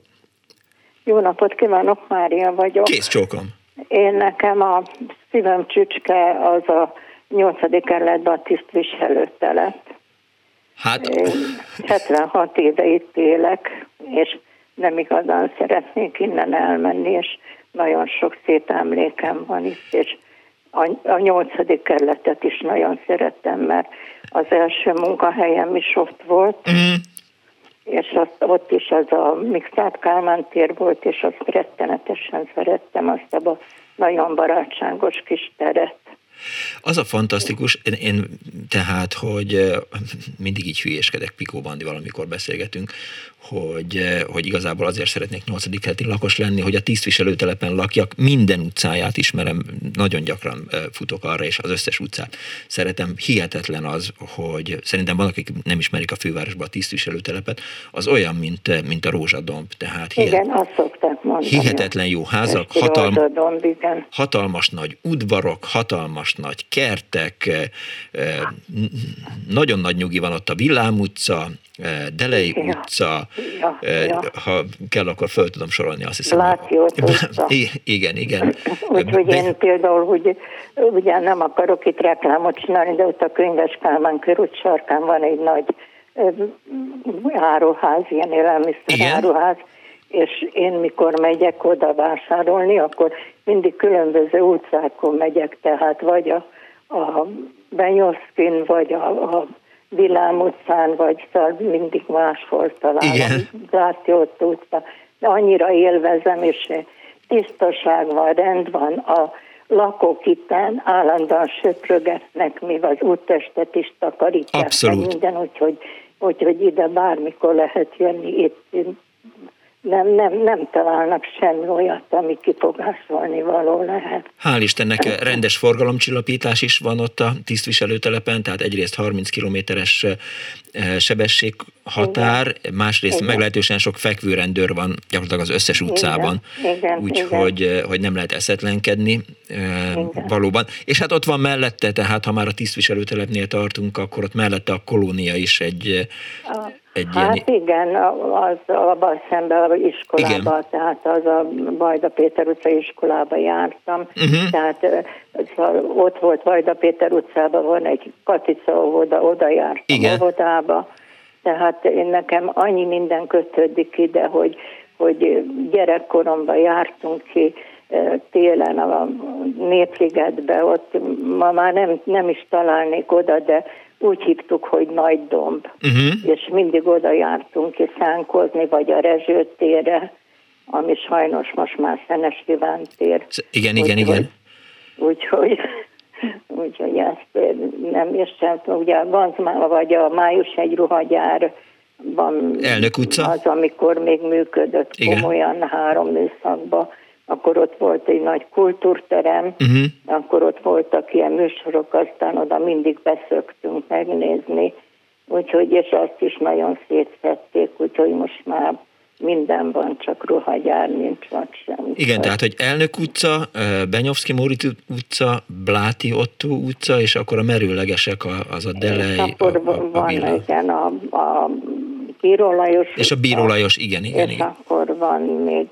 Jó napot kívánok, Mária vagyok. Kész csókom! Én nekem a szívem csücske az a 8. kerületben a tisztviselőtelep. Hát... 76 éve itt élek, és nem igazán szeretnék innen elmenni, és nagyon sok szép emlékem van itt, és a 8. kerületet is nagyon szerettem, mert az első munkahelyem is ott volt, és ott is az a Mikszáth Kálmán tér volt, és azt rettenetesen szerettem, azt a nagyon barátságos kis teret. Az a fantasztikus, én tehát, hogy mindig így hülyéskedek Pikó Bandival, amikor beszélgetünk, hogy igazából azért szeretnék 8. kerületi lakos lenni, hogy a tisztviselőtelepen lakjak, minden utcáját ismerem, nagyon gyakran futok arra, és az összes utcát szeretem. Hihetetlen az, hogy szerintem van, akik nem ismerik a fővárosba a tisztviselőtelepet, az olyan, mint a Rózsadomb. Tehát igen, azt szoktam szokták mondani. Hihetetlen jó házak, hatalmas nagy udvarok, hatalmas nagy kertek, nagyon nagy nyugi van ott a Villám utca, Delei utca, ha kell, akkor föl tudom sorolni, azt hiszem. Bláti utca. Igen. Úgyhogy én például, hogy ugye nem akarok itt reklámot csinálni, de ott a Könyves Kálmán körút sarkán van egy nagy áruház, ilyen élelmiszer áruház, és én mikor megyek oda vásárolni, akkor mindig különböző utcákon megyek, tehát vagy a Benyovszkin, vagy a Villám utcán, vagy mindig máshol találom. Bláti utca. De annyira élvezem, és tisztaság van, rend van, a lakók itten állandóan söprögetnek, még az úttestet is takarítják. Abszolút. Minden, úgyhogy ide bármikor lehet jönni, itt nem találnak semmi olyat, ami kifogásolni való lehet. Hál' Istennek rendes forgalomcsillapítás is van ott a tisztviselőtelepen, tehát egyrészt 30 kilométeres sebességhatár, másrészt meglehetősen sok fekvőrendőr van gyakorlatilag az összes utcában, úgyhogy nem lehet eszetlenkedni valóban. És hát ott van mellette, tehát ha már a tisztviselőtelepnél tartunk, akkor ott mellette a Kolónia is egy hát igen, az abban szemben az iskolában, tehát az a Vajda Péter utca iskolába jártam, tehát ott volt Vajda Péter utcában, van egy Katica óvoda, oda jártam óvodába, tehát nekem annyi minden kötődik ide, hogy gyerekkoromban jártunk ki télen a Népligetbe, ott ma már nem is találnék oda, de úgy hívtuk, hogy Nagy Domb, és mindig oda jártunk ki szánkozni, vagy a Rezső térre, ami sajnos most már Szenes Iván tér. Igen. Úgyhogy ezt nem értem, ugye vagy a Májushegy ruhagyár van, Elnök utca. Az, amikor még működött komolyan 3 műszakban, akkor ott volt egy nagy kultúrterem, akkor ott voltak ilyen műsorok, aztán oda mindig beszöktünk megnézni, úgyhogy, és azt is nagyon szétszették, úgyhogy most már minden van, csak ruhagyár nincs, vagy semmi. Igen, tehát, hogy Elnök utca, Benyovszky Móricz utca, Bláti Ottó utca, és akkor a merőlegesek, az a Delej, akkor van igen, a Bíró Lajos és a Bíró Lajos, igen. És akkor van még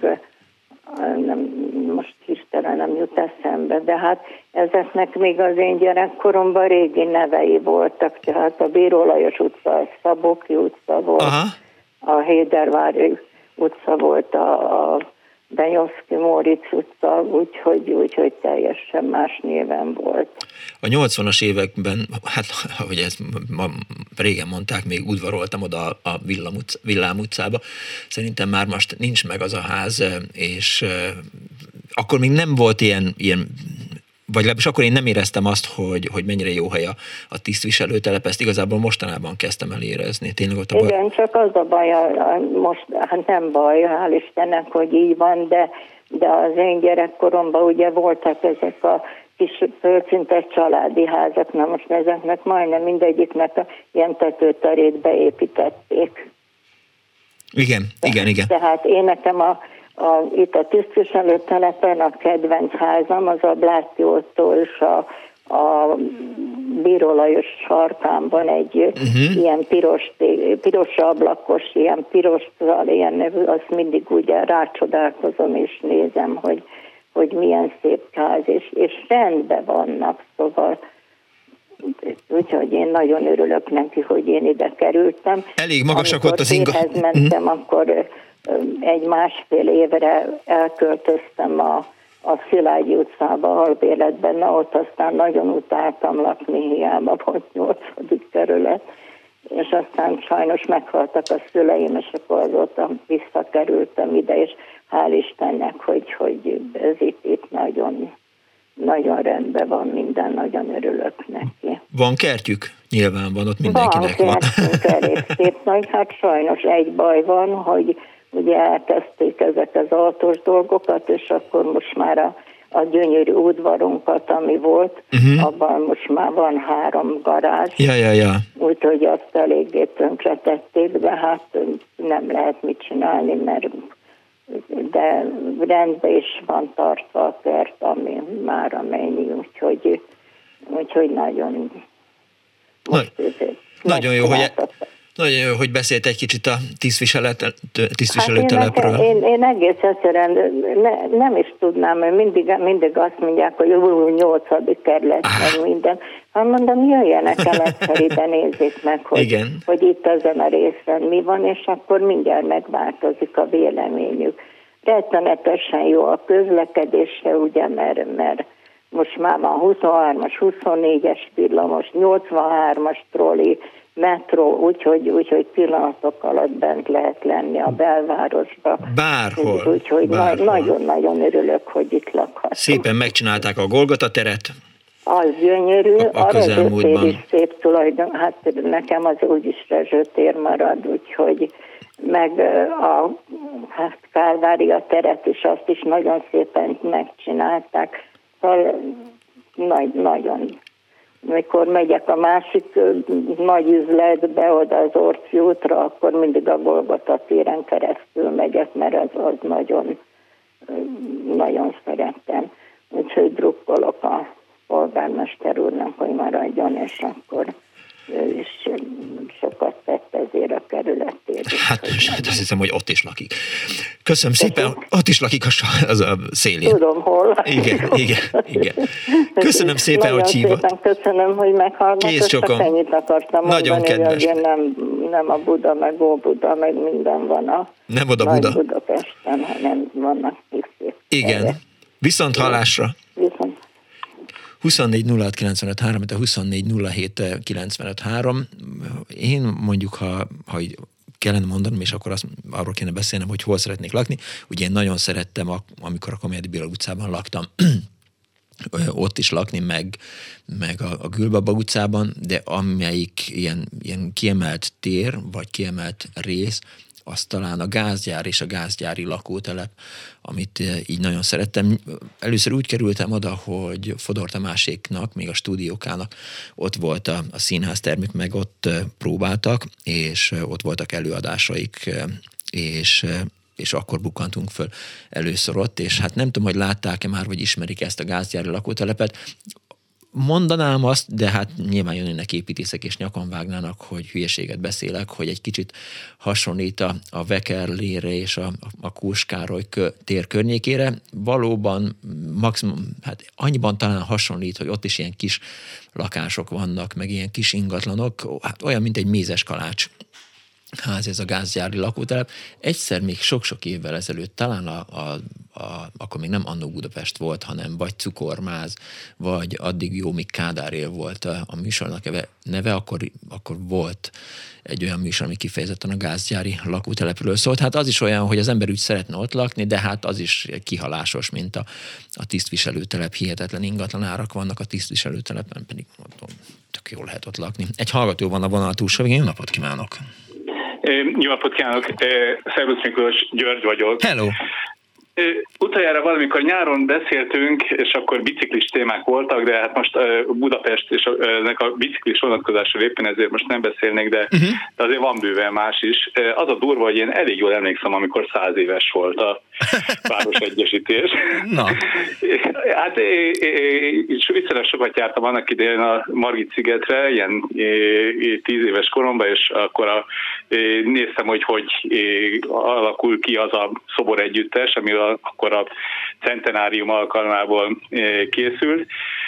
most hirtelen nem jut eszembe, de hát ezeknek még az én gyerekkoromban régi nevei voltak, tehát a Bíró Lajos utca, a Szaboki utca volt, a Hédervári utca volt, a Benyovszky Móricz utca, úgyhogy teljesen más néven volt. A 80-as években, hát ahogy ezt régen mondták, még udvaroltam oda a Villám utcába. Szerintem már most nincs meg az a ház, és akkor még nem volt ilyen vagy legalábbis akkor én nem éreztem azt, hogy mennyire jó hely a tisztviselőtelep, ezt igazából mostanában kezdtem el érezni. Tényleg ott igen, csak az a baj, most hát nem baj, hál' Istennek, hogy így van, de az én gyerekkoromban ugye voltak ezek a kis földszintes családi házak, na most ezeknek majdnem mindegyiknek ilyen tetőterét beépítették. Igen. Tehát én nekem itt a tisztviselőtelepen a kedvenc házam, az a Bláti Ottó és a Bíró Lajos sarkán egy ilyen piros ablakos, ilyen pirossal, azt mindig ugye rácsodálkozom és nézem, hogy milyen szép ház, és rendben vannak, szóval úgyhogy én nagyon örülök neki, hogy én ide kerültem. Elég magasak ott az inga. Amikor mentem, akkor 1-1,5 évre elköltöztem a Szilágyi utcába, albérletben, na ott aztán nagyon utáltam lakni, hiába volt 8. kerület, és aztán sajnos meghaltak a szüleim, és akkor azóta visszakerültem ide, és hál' Istennek, hogy ez itt nagyon, nagyon rendben van minden, nagyon örülök neki. Van kertjük? Nyilván van, ott mindenkinek van. Elég szép nagy, hát sajnos egy baj van, hogy ugye elkezdték ezek az autós dolgokat, és akkor most már a gyönyörű udvarunkat, ami volt, abban most már van 3 garázs. Ja. Úgyhogy azt eléggé tönkretették, de hát nem lehet mit csinálni, mert de rendben is van tartva a kert, ami már amennyi, úgyhogy nagyon nagyon jó, hogy beszélt egy kicsit a tisztviselőtelepről. Hát én egész egyszerűen nem is tudnám, mert mindig azt mondják, hogy 8. kerület, meg minden. Hát mondom, jöjjenek el egyszer ide, nézzék meg, hogy itt ezen a részen mi van, és akkor mindjárt megváltozik a véleményük. Rettenetesen jó a közlekedésre, ugye, mert most már van 23-as, 24-es villamos, 83-as trolli, metró, úgyhogy pillanatok alatt bent lehet lenni a belvárosba. Bárhol. Úgyhogy nagyon-nagyon örülök, hogy itt lakhatunk. Szépen megcsinálták a Golgota teret. Az gyönyörű, a közelmúltban. is szép tulajdon, hát nekem az úgyis Rezsőtér marad, úgyhogy meg a Kálvária teret is, azt is nagyon szépen megcsinálták. Szóval nagyon. Mikor megyek a másik nagy üzletbe, oda az Orci útra, akkor mindig a Golgota téren keresztül megyek, mert az nagyon, nagyon szeretem. Úgyhogy drukkolok a polgármester úrnak, hogy maradjon, és akkor ő is sokat tett ezért a kerületért. Hát azt hiszem, hogy ott is lakik. Köszönöm szépen, ott is lakik az a szélén. Tudom, hol. Igen. Köszönöm szépen, hogy hívott. Nagyon szépen köszönöm, hogy meghallgatott. Kész csokom. Ennyit akartam nagyon mondani, kedves. hogy nem a Buda, meg Óbuda, meg minden van a nem oda Nagy Buda. Budapesten, hanem vannak szép. Igen. Viszont hallásra. Viszont. 24 06 95 3, de 24 07 95 3. Én mondjuk, ha kellene mondanom, és akkor arról kéne beszélnem, hogy hol szeretnék lakni. Ugye én nagyon szerettem, amikor a Komjádi Béla utcában laktam, ott is lakni, meg a Gülbaba utcában, de amelyik ilyen kiemelt tér, vagy kiemelt rész, az talán a gázgyár és a gázgyári lakótelep, amit így nagyon szerettem. Először úgy kerültem oda, hogy Fodor Tamáséknak, még a stúdiókának ott volt a színháztermük, meg ott próbáltak, és ott voltak előadásaik, és akkor bukkantunk föl először ott, és hát nem tudom, hogy látták-e már, vagy ismerik ezt a gázgyári lakótelepet. Mondanám azt, de hát nyilván jönnének építészek és nyakon vágnának, hogy hülyeséget beszélek, hogy egy kicsit hasonlít a Vekerlére és a Kós Károly tér környékére. Valóban maximum, hát annyiban talán hasonlít, hogy ott is ilyen kis lakások vannak, meg ilyen kis ingatlanok, hát olyan, mint egy mézes kalács ház ez a gázgyári lakótelep. Egyszer még sok-sok évvel ezelőtt talán akkor még nem Annó Budapest volt, hanem vagy Cukormáz, vagy addig jó, míg Kádár él volt a műsornak neve, akkor volt egy olyan műsor, ami kifejezetten a gázgyári lakótelepről szólt. Hát az is olyan, hogy az ember úgy szeretne ott lakni, de hát az is kihalásos, mint a tisztviselőtelep. Hihetetlen ingatlanárak vannak a tisztviselőtelepen, pedig tök jól lehet ott lakni. Egy hallgató van a vonal túlsó, jó napot kívánok! Jó napot kívánok! Szervusz Miklós, György vagyok. Hello! Utoljára valamikor nyáron beszéltünk, és akkor biciklis témák voltak, de hát most Budapest és ennek a biciklis vonatkozásról éppen ezért most nem beszélnék, de azért van bőven más is. Az a durva, hogy én elég jól emlékszem, amikor 100 éves volt a városegyesítés. Na. Hát viszonylag sokat jártam annak idején a Margit-szigetre, ilyen 10 éves koromban, és akkor néztem, hogy alakul ki az a szobor együttes, ami akkor a centenárium alkalmából készült.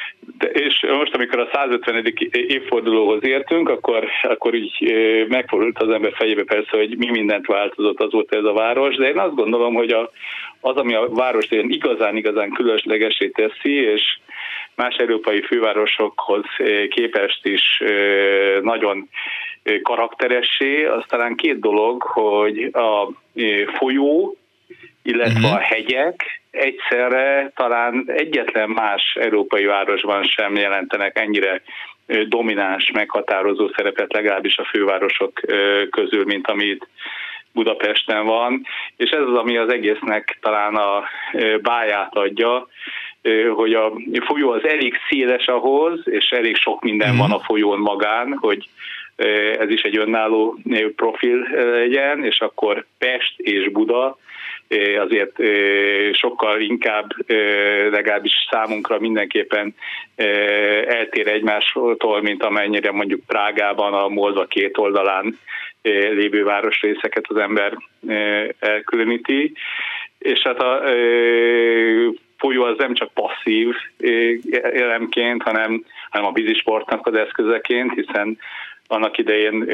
És most, amikor a 150. évfordulóhoz értünk, akkor így megfordult az ember fejébe persze, hogy mi mindent változott azóta ez a város, de én azt gondolom, hogy az, ami a város igazán különlegesé teszi, és más európai fővárosokhoz képest is nagyon karakteressé, az talán két dolog, hogy a folyó, illetve a hegyek egyszerre talán egyetlen más európai városban sem jelentenek ennyire domináns, meghatározó szerepet, legalábbis a fővárosok közül, mint amit Budapesten van, és ez az, ami az egésznek talán a báját adja, hogy a folyó az elég széles ahhoz, és elég sok minden van a folyón magán, hogy ez is egy önálló profil legyen, és akkor Pest és Buda azért sokkal inkább, legalábbis számunkra mindenképpen eltér egymástól, mint amennyire mondjuk Prágában a Moldva két oldalán lévő városrészeket az ember elkülöníti. És hát a folyó az nem csak passzív elemként, hanem a vízisportnak az eszközeként, hiszen annak idején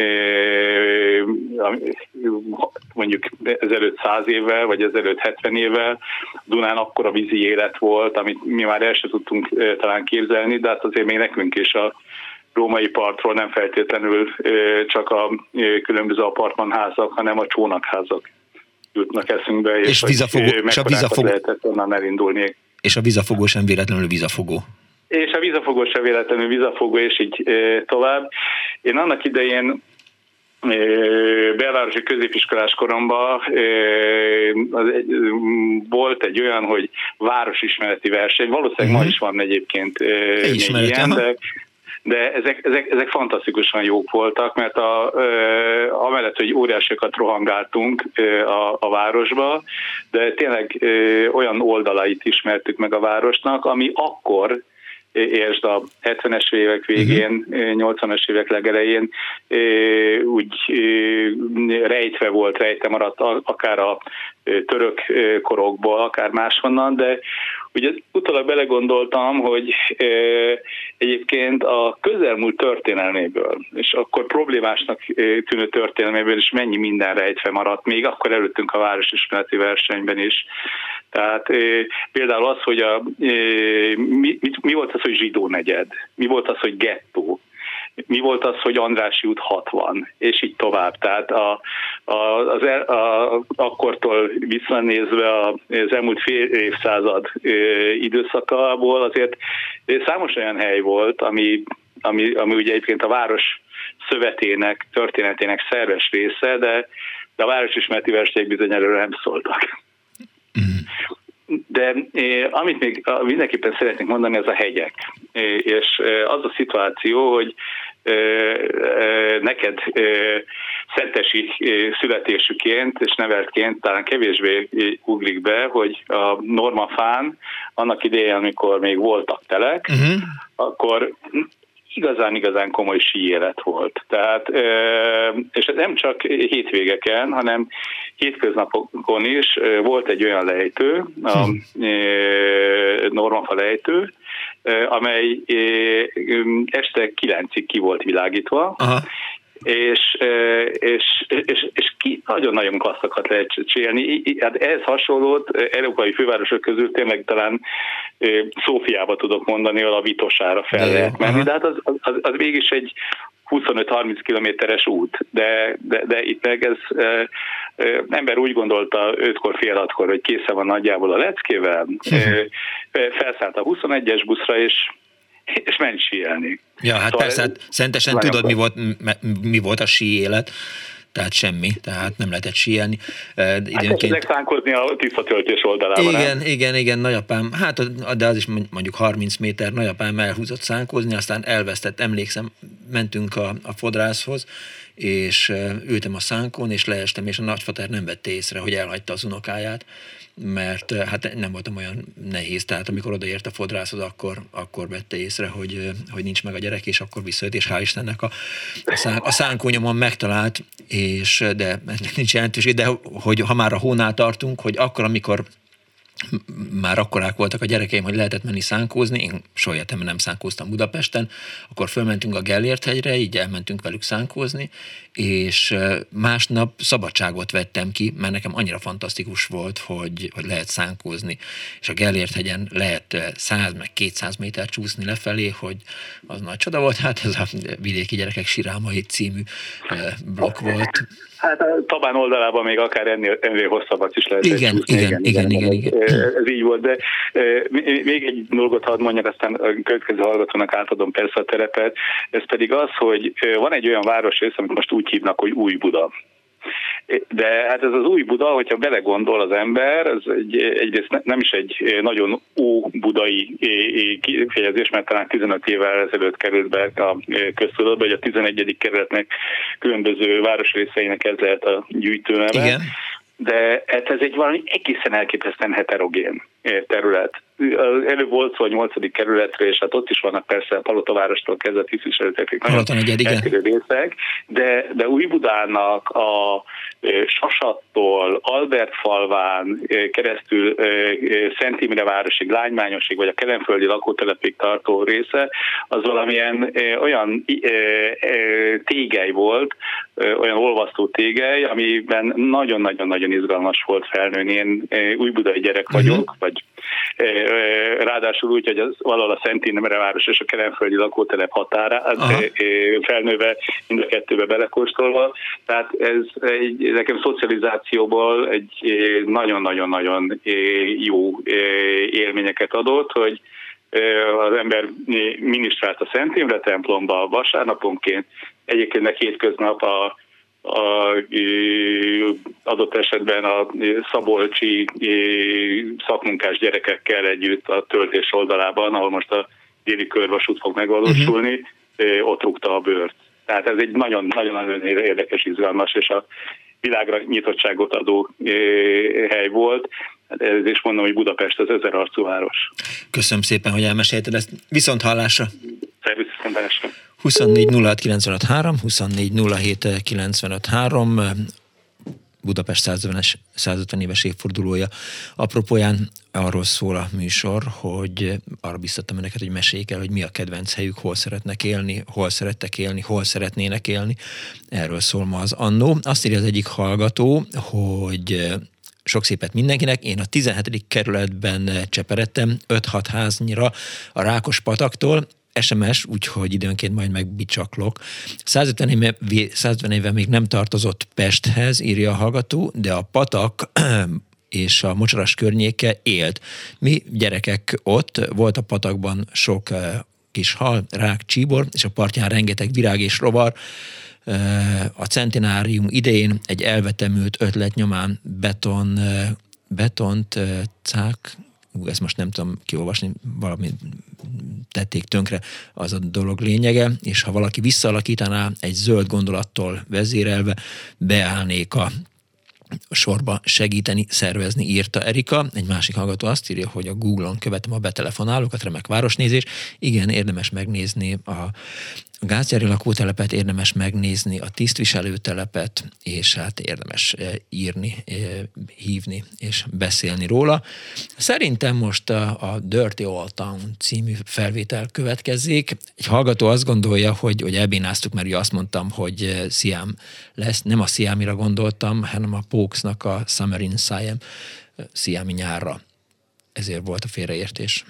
mondjuk ezelőtt 100 évvel, vagy ezelőtt 70 évvel Dunán akkora vízi élet volt, amit mi már el sem tudtunk talán képzelni, de hát azért még nekünk is a római partról nem feltétlenül csak a különböző apartmanházak, hanem a csónakházak jutnak eszünkbe, és vízafogó lehetett onnan elindulni. És a vízafogó sem véletlenül vízafogó. És a vízafogó sem véletlenül vízafogó, és így tovább. Én annak idején belvárosi középiskolás koromban volt egy olyan, hogy városismereti verseny, valószínűleg ma is van egyébként még ilyen, de ezek fantasztikusan jók voltak, mert amellett, hogy óriásiakat rohangáltunk a városba, de tényleg olyan oldalait ismertük meg a városnak, ami akkor, értsd a 70-es évek végén, 80-es évek legelején úgy rejtve maradt akár a török korokból, akár máshonnan, de ugye utólag belegondoltam, hogy egyébként a közelmúlt történelméből, és akkor problémásnak tűnő történelméből is mennyi minden rejtve maradt, még akkor előttünk a városismereti versenyben is. Tehát például az, hogy mi volt az, hogy zsidó negyed, mi volt az, hogy gettó, mi volt az, hogy Andrássy út 60, és így tovább. Tehát akkortól visszanézve az elmúlt fél évszázad időszakából azért számos olyan hely volt, ami ugye egyébként a város szövetének, történetének szerves része, de a városismereti versenyek bizony erről nem szóltak. De amit még mindenképpen szeretnék mondani, ez a hegyek. És az a szituáció, hogy neked szentesi születésüként és neveltként talán kevésbé ugrik be, hogy a Normafán annak idején, amikor még voltak telek, akkor igazán komoly síélet volt. Tehát, és nem csak hétvégeken, hanem hétköznapokon is volt egy olyan lejtő, a Normafa lejtő, amely este 9-ig ki volt világítva, és nagyon-nagyon klasszakat lehet csinálni. Hát ehhez hasonlót európai fővárosok közül tényleg talán Szófiába tudok mondani, ahol a Vitosára fel lehet menni, de hát az mégis egy 25-30 kilométeres út, de itt meg ez ember úgy gondolta 5-kor, fél 6-kor, hogy készen van nagyjából a leckével, felszállt a 21-es buszra, és ment síelni. Ja, hát szóval persze, hát szentesen tudod, mi volt a sí élet, tehát semmi, tehát nem lehetett síelni. Esetleg szánkozni a tisztatöltés oldalában. Igen, nagyapám, hát de az is mondjuk 30 méter, nagyapám elhúzott szánkozni, aztán elvesztett, emlékszem, mentünk a fodrászhoz, és ültem a szánkon, és leestem, és a nagyfater nem vette észre, hogy elhagyta az unokáját, mert hát nem voltam olyan nehéz, tehát amikor odaért a fodrászhoz, akkor vette észre, hogy nincs meg a gyerek, és akkor visszajött, és hál' Istennek a szánkónyomon megtalált, de nincs jelentőség, de hogy ha már a hónál tartunk, hogy akkor, amikor már akkorák voltak a gyerekeim, hogy lehetett menni szánkózni, én soha életemben nem szánkóztam Budapesten, akkor fölmentünk a Gellért-hegyre, így elmentünk velük szánkózni, és másnap szabadságot vettem ki, mert nekem annyira fantasztikus volt, hogy lehet szánkózni, és a Gellért-hegyen lehet 100 meg 200 méter csúszni lefelé, hogy az nagy csoda volt, hát ez a Vidéki Gyerekek Sirámai című blokk volt. Hát a Tabán oldalában még akár ennél hosszabbat is lehet. Igen. Ez így volt, de még egy dolgot hadd mondjak, aztán a következő hallgatónak átadom persze a terepet, ez pedig az, hogy van egy olyan városrész, amit most úgy hívnak, hogy Új Buda. De hát ez az Új Buda, hogyha belegondol az ember, ez egyrészt nem is egy nagyon óbudai kifejezés, mert talán 15 évvel ezelőtt került be a köztudatba, hogy a 11. kerületnek különböző városrészeinek ez lehet a gyűjtőneve. Igen. de ez egy valami egészen elképesztően heterogén terület. Előbb volt szó a 8. kerületről, és hát ott is vannak persze a Palotavárostól kezdve tisztviselőtek nagyon eltérő részek, de Újbudának a Sasattól, Albertfalván keresztül Szent Imre városig, Lánymányosig, vagy a kelenföldi lakótelepig tartó része, az valamilyen olyan tégely volt, olyan olvasztó tégely, amiben nagyon-nagyon-nagyon izgalmas volt felnőni. Én újbudai gyerek vagyok, vagy ráadásul úgy, hogy az valahol a Szent Imre város és a kelenföldi lakótelep határán felnőve, mind a kettőbe belekóstolva. Tehát ez nekem szocializációból egy nagyon-nagyon-nagyon jó élményeket adott, hogy az ember minisztrált a Szent Imre templomba vasárnaponként, egyébként meg hétköznap adott esetben a szabolcsi szakmunkás gyerekekkel együtt a töltés oldalában, ahol most a déli körvasút fog megvalósulni, ott rúgta a bőrt. Tehát ez egy nagyon-nagyon érdekes, izgalmas és a világra nyitottságot adó hely volt. Ez is mondom, hogy Budapest az 1000 arcú város. Köszönöm szépen, hogy elmesélted ezt. Viszont hallásra! Szervusz, viszont hallásra! 24 06 953, 24 07 953, Budapest 150 éves évfordulója apropóján arról szól a műsor, hogy arra biztattam önöket, hogy meséljék el, hogy mi a kedvenc helyük, hol szeretnek élni, hol szerettek élni, hol szeretnének élni. Erről szól ma az Annó. Azt írja az egyik hallgató, hogy sok szépet mindenkinek. Én a 17. kerületben cseperedtem 5-6 háznyira a Rákospataktól, SMS, úgyhogy időnként majd megbicsaklok. 150 éve még nem tartozott Pesthez, írja a hallgató, de a patak és a mocsaras környéke élt. Mi gyerekek ott, volt a patakban sok kis hal, rák, csíbor, és a partján rengeteg virág és rovar. A centenárium idején egy elvetemült ötlet nyomán betont ezt most nem tudom kiolvasni, valami tették tönkre, az a dolog lényege, és ha valaki visszaalakítaná egy zöld gondolattól vezérelve, beállnék a sorba segíteni, szervezni, írta Erika. Egy másik hallgató azt írja, hogy a Google-on követem a betelefonálókat, remek városnézés. Igen, érdemes megnézni a gázgyári lakótelepet, érdemes megnézni a tisztviselőtelepet, és hát érdemes írni, hívni és beszélni róla. Szerintem most a Dirty Old Town című felvétel következik. Egy hallgató azt gondolja, hogy elbénáztuk, mert azt mondtam, hogy Siam lesz. Nem a Siamira gondoltam, hanem a Pokesnak a Summer in Siam, Siami nyárra. Ezért volt a félreértés.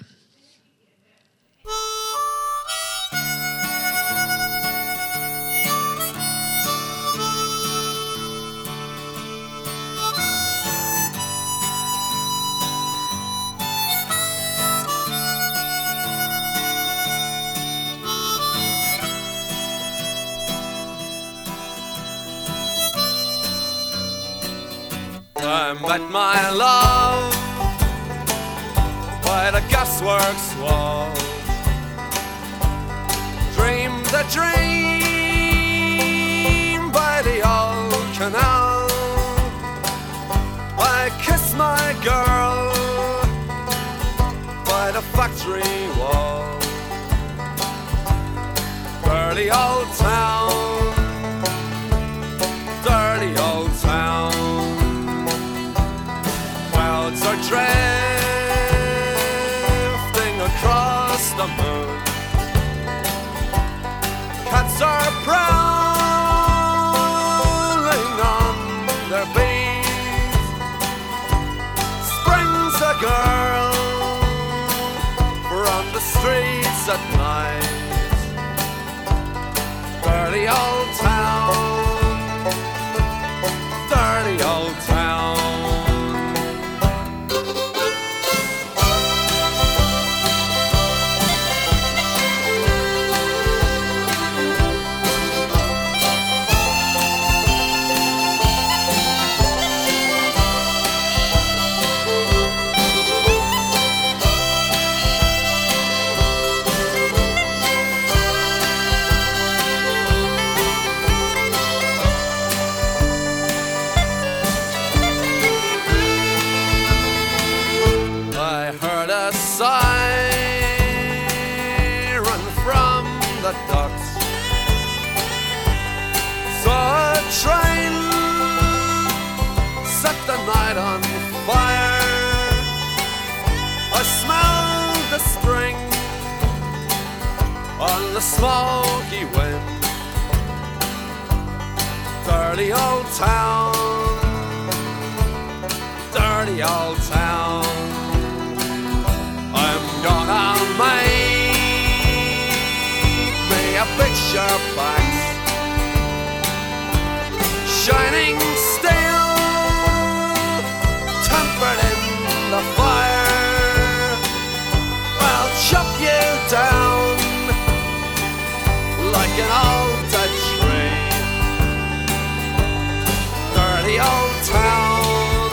I met my love by the gasworks wall. Dreamed the dream by the old canal. I kissed my girl by the factory wall. Dirty old town, dirty old town. Clouds are drifting across the moon. Cats are prowling on their beat. Springs a girl from the streets at night. Dirty set the night on fire. I smelled the spring on the smoky wind. Dirty old town, dirty old town. I'm gonna make me a picture box, shining steel, tempered in the fire. I'll chop you down like an old dead tree. Dirty old town,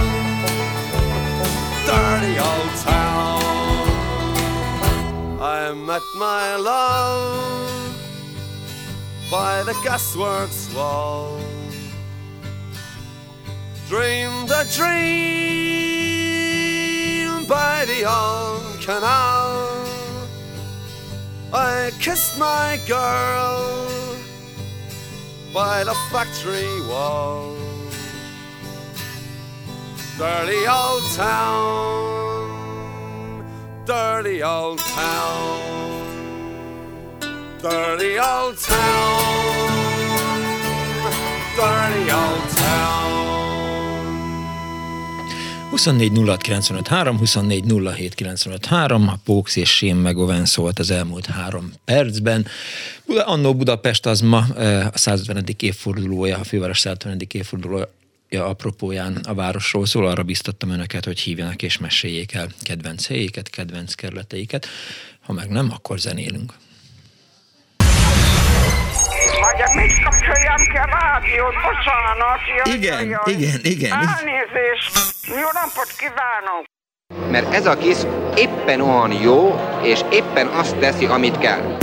dirty old town. I met my love by the gasworks wall. Dreamed a dream by the old canal. I kissed my girl by the factory wall. Dirty old town, dirty old town, dirty old town, dirty old town. 24 06 95 3, 24 07 95 3, a Póksz és Sém McGowan szólt az elmúlt 3 percben. Annó Budapest az ma a 150. évfordulója, a főváros 150. évfordulója apropóján a városról szól. Arra biztattam önöket, hogy hívjanak és meséljék el kedvenc helyéket, kedvenc kerületeiket. Ha meg nem, akkor zenélünk. Mit kapcsoljam ki a rádiót? Bocsánat. Igen. Elnézést. Jó napot kívánok. Mert ez a kis éppen olyan jó, és éppen azt teszi, amit kell.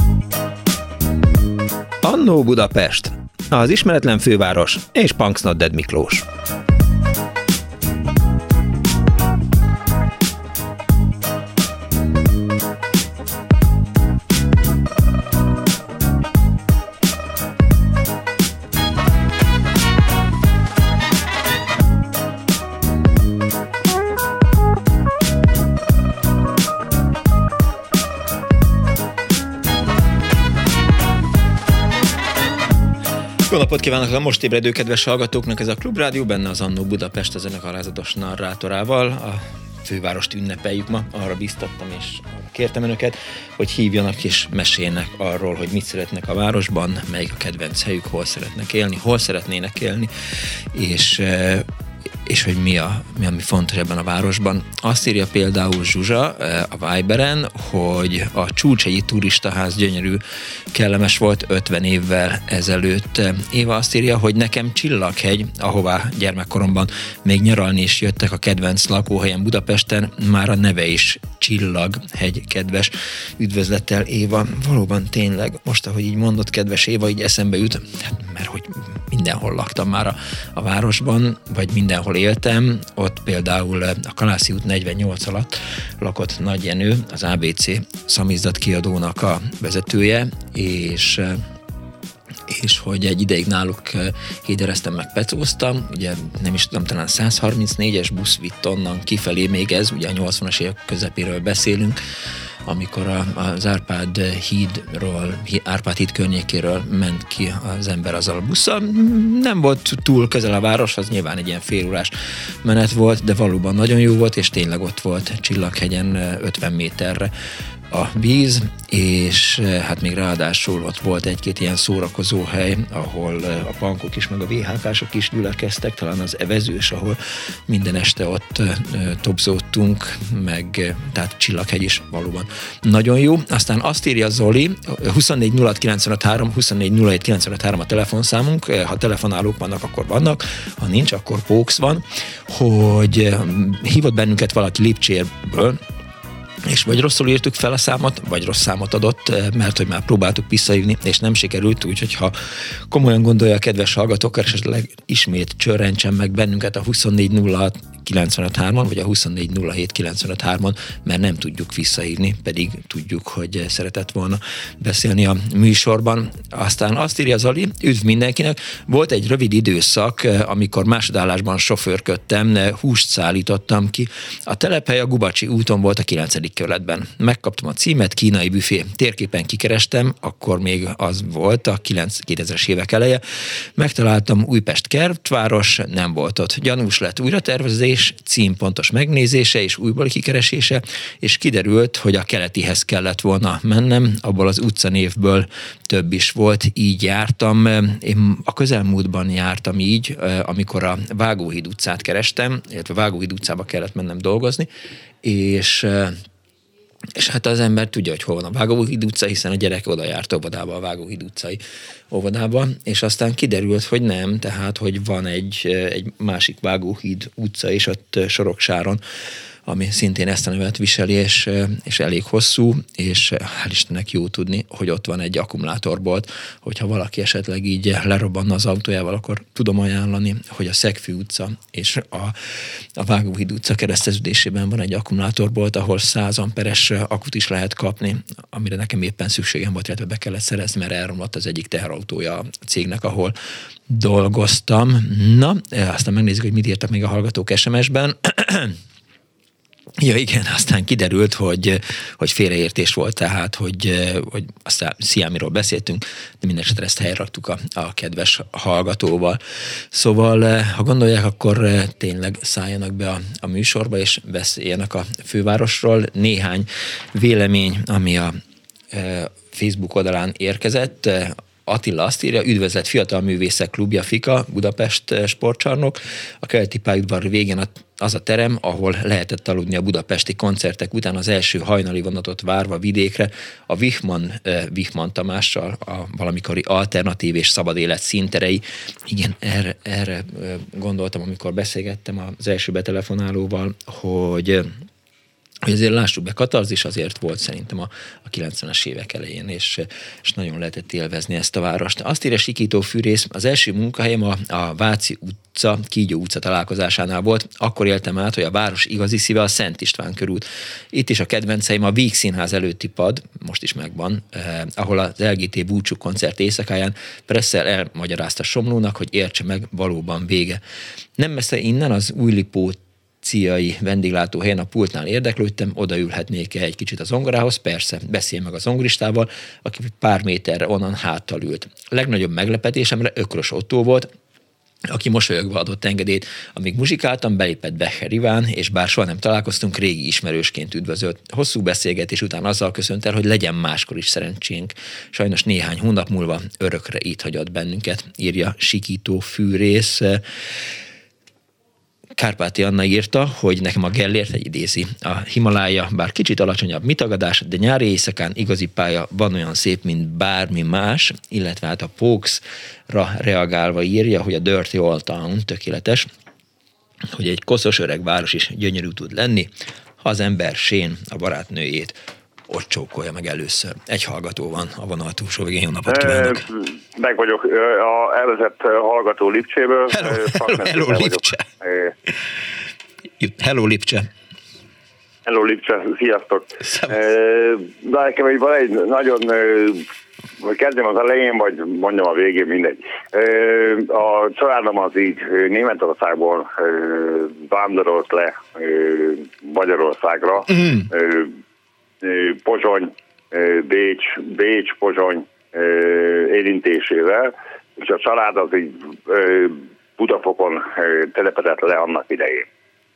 Annó Budapest, az ismeretlen főváros és Punks Not Dead Miklós. Jó napot kívánok a most ébredő kedves hallgatóknak, ez a Klubrádió, benne az Annó Budapest az önök alázatos narrátorával. A fővárost ünnepeljük ma, arra biztattam és arra kértem önöket, hogy hívjanak és meséljenek arról, hogy mit szeretnek a városban, melyik a kedvenc helyük, hol szeretnek élni, hol szeretnének élni, és hogy mi ami fontos ebben a városban. Azt írja például Zsuzsa a Viberen, hogy a Csúcshegyi turistaház gyönyörű, kellemes volt 50 évvel ezelőtt. Éva azt írja, hogy nekem Csillaghegy, ahová gyermekkoromban még nyaralni is jöttek, a kedvenc lakóhelyen Budapesten, már a neve is Csillaghegy, kedves. Üdvözlettel, Éva. Valóban tényleg, most ahogy így mondott, kedves Éva, így eszembe jut, mert hogy mindenhol laktam már a városban, vagy mindenhol éltem, ott például a Kalászi út 48 alatt lakott Nagy Jenő, az ABC szamizdat kiadónak a vezetője, és hogy egy ideig náluk hédereztem, meg pecóztam, ugye nem is tudom, talán 134-es busz vitt onnan kifelé, még ez, ugye a 80-as évek közepéről beszélünk, amikor az Árpád híd környékéről ment ki az ember azzal a busszal. Nem volt túl közel a városhoz, nyilván egy ilyen félórás menet volt, de valóban nagyon jó volt, és tényleg ott volt Csillaghegyen 50 méterre a víz, és hát még ráadásul ott volt egy-két ilyen szórakozó hely, ahol a punkok is, meg a VHK-sok is gyülekeztek, talán az Evezős, ahol minden este ott topzódtunk, meg tehát Csillaghegy is valóban nagyon jó. Aztán azt írja Zoli, 24 06 95 3, 24 07 95 3 a telefonszámunk, ha telefonálók vannak, akkor vannak, ha nincs, akkor Póksz van, hogy hívott bennünket valaki Lipcsérből, és vagy rosszul írtuk fel a számot, vagy rossz számot adott, mert hogy már próbáltuk visszahívni, és nem sikerült, úgyhogy ha komolyan gondolja a kedves hallgatók, esetleg ismét csörrentsen meg bennünket a 24 06 953-on, vagy a 24.07.953-on, mert nem tudjuk visszaírni, pedig tudjuk, hogy szeretett volna beszélni a műsorban. Aztán azt írja Zali, üdv mindenkinek, volt egy rövid időszak, amikor másodállásban sofőrködtem, húst szállítottam ki. A telephely a Gubacsi úton volt a 9. kerületben. Megkaptam a címet, kínai büfé. Térképen kikerestem, akkor még az volt a 2000-es évek eleje. Megtaláltam Újpest kertváros, nem volt ott. Gyanús lett újratervezés, cím pontos megnézése és újból kikeresése, és kiderült, hogy a keletihez kellett volna mennem, abból az utcanévből több is volt, így jártam. Én a közelmúltban jártam így, amikor a Vágóhíd utcát kerestem, illetve Vágóhíd utcába kellett mennem dolgozni, és hát az ember tudja, hogy hol van a Vágóhíd utca, hiszen a gyerek oda járt óvodába, a Vágóhíd utcai óvodába, és aztán kiderült, hogy nem, tehát, hogy van egy másik Vágóhíd utca, és ott Soroksáron, ami szintén ezt a nevet viseli, és elég hosszú, és hál' Istennek jó tudni, hogy ott van egy akkumulátorbolt, hogyha valaki esetleg így lerobbanna az autójával, akkor tudom ajánlani, hogy a Szegfű utca és a Vágóhíd utca kereszteződésében van egy akkumulátorbolt, ahol 100 amperes akut is lehet kapni, amire nekem éppen szükségem volt, illetve be kellett szerezni, mert elromlott az egyik teherautója a cégnek, ahol dolgoztam. Na, aztán megnézzük, hogy mit írtak még a hallgatók SMS-ben. Ja igen, aztán kiderült, hogy félreértés volt, tehát, hogy aztán Sziámiról beszéltünk, de minden esetre ezt helyraktuk a kedves hallgatóval. Szóval, ha gondolják, akkor tényleg szálljanak be a műsorba, és beszéljenek a fővárosról. Néhány vélemény, ami a Facebook oldalán érkezett. Attila azt írja, üdvözlet Fiatal Művészek Klubja FIKA, Budapest sportcsarnok. A keleti pályaudvar végén az a terem, ahol lehetett aludni a budapesti koncertek után az első hajnali vonatot várva vidékre, a Wichmann Tamással, a valamikori alternatív és szabad élet színterei. Igen, erre gondoltam, amikor beszélgettem az első betelefonálóval, hogy azért lássuk be, Katarzis azért volt szerintem a 90-es évek elején, és nagyon lehetett élvezni ezt a várost. Azt írja Sikító Fűrész, az első munkahelyem a Váci utca, Kígyó utca találkozásánál volt, akkor éltem át, hogy a város igazi szíve a Szent István körút. Itt is a kedvenceim a Víg Színház előtti pad, most is megvan, ahol az LGT búcsú koncert éjszakáján Presszel elmagyarázta Somlónak, hogy értse meg, valóban vége. Nem messze innen az Újlipót ciai vendéglátóhelyen a pultnál érdeklődtem, odaülhetnék egy kicsit a zongorához, persze, beszélj meg a zongoristával, aki pár méterre onnan háttal ült. A legnagyobb meglepetésemre Ökrös Ottó volt, aki mosolyogva adott engedélyt, amíg muzsikáltam, belépett Becher Iván, és bár soha nem találkoztunk, régi ismerősként üdvözölt. Hosszú beszélgetés után azzal köszönt el, hogy legyen máskor is szerencsénk. Sajnos néhány hónap múlva örökre itt hagyott bennünket, írja Sikító Fűrész. Kárpáti Anna írta, hogy nekem a Gellért egy idézi. A Himalája bár kicsit alacsonyabb mitagadás, de nyári éjszakán igazi pálya, van olyan szép, mint bármi más, illetve hát a Pokes-ra reagálva írja, hogy a Dirty Old Town tökéletes, hogy egy koszos öreg város is gyönyörű tud lenni, ha az ember Shane, a barátnőjét ott csókolja meg először. Egy hallgató van a vonal túlsó végén. Jó napot kívánok! Meg vagyok a elvezett hallgató Lipcséből. Hello Lipcse! Hello Lipcse! Hello Lipcse, sziasztok! De nekem van egy nagyon, vagy kezdjem az elején, vagy mondjam a végén, mindegy. A családom az így Németországból vándorolt le Magyarországra, Pozsony, Bécs, Pozsony érintésével, és a család az így Budafokon telepedett le annak idején.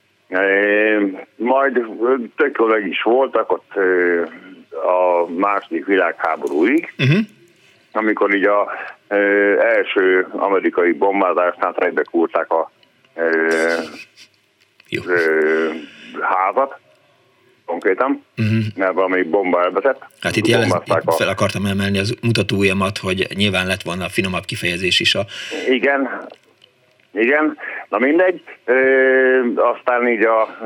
Majd tök jól is voltak ott a második világháborúig, amikor így az első amerikai bombázásnál fejbekúrták a házat, konkrétan, mert valami bomba elvetett. Hát itt fel akartam emelni az mutatójamat, hogy nyilván lett volna a finomabb kifejezés is. Igen, na mindegy. Aztán így a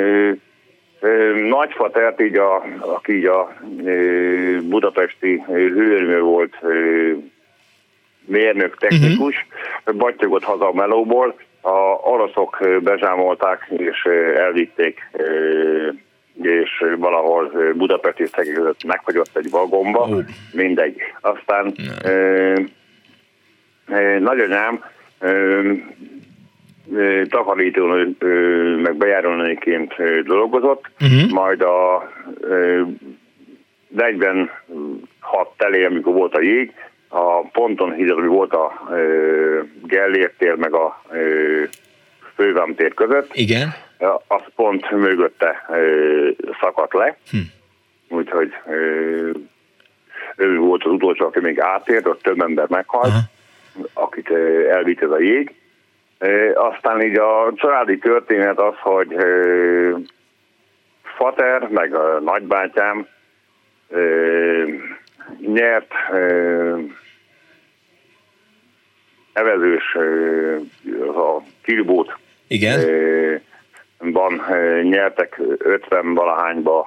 nagyfatert, aki így a budapesti hőerőmű volt, mérnök, technikus, battyogott haza a melóból, oroszok bezsámolták és elvitték, és valahol Budapest és Szeged között megfagyott egy vagomba, mindegy. Aztán nagyanyám takarító meg bejárónőként dolgozott, majd a 46 telé, amikor volt a jég, a Ponton híd, ami volt a Gellért tér meg a Fővám tér között. Igen. Az pont mögötte szakadt le, úgyhogy ő volt az utolsó, aki még átért, ott több ember meghalt, akit elvitt ez a jég. Aztán így a családi történet az, hogy fater, meg a nagybátyám nyert evezős a kilbót. Igen. Nyertek 50-valahányba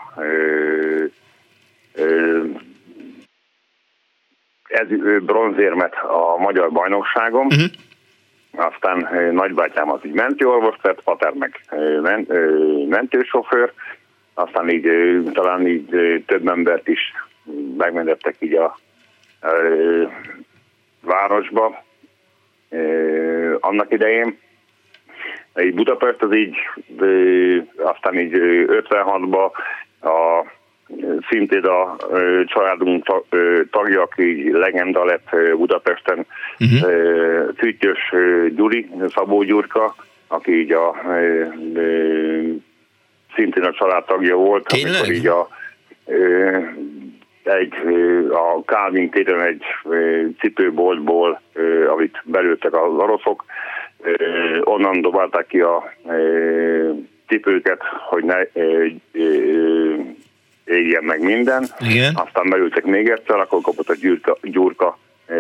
bronzérmet a magyar bajnokságon. Aztán nagybátyám az így mentőorvos lett, pater meg mentősofőr. Aztán így talán így több embert is megmentettek így a városba annak idején. Így Budapest az így, aztán így 56-ban szintén a családunk tagja, aki legenda lett Budapesten, Füttyös Gyuri, Szabó Gyurka, aki így szintén a család tagja volt. Tényleg? Amikor így a Kálvin téren egy cipőboltból, amit belőttek az oroszok, onnan dobálták ki a cipőket, hogy ne égjen meg minden. Igen. Aztán belültek még egyszer, akkor kapott a Gyurka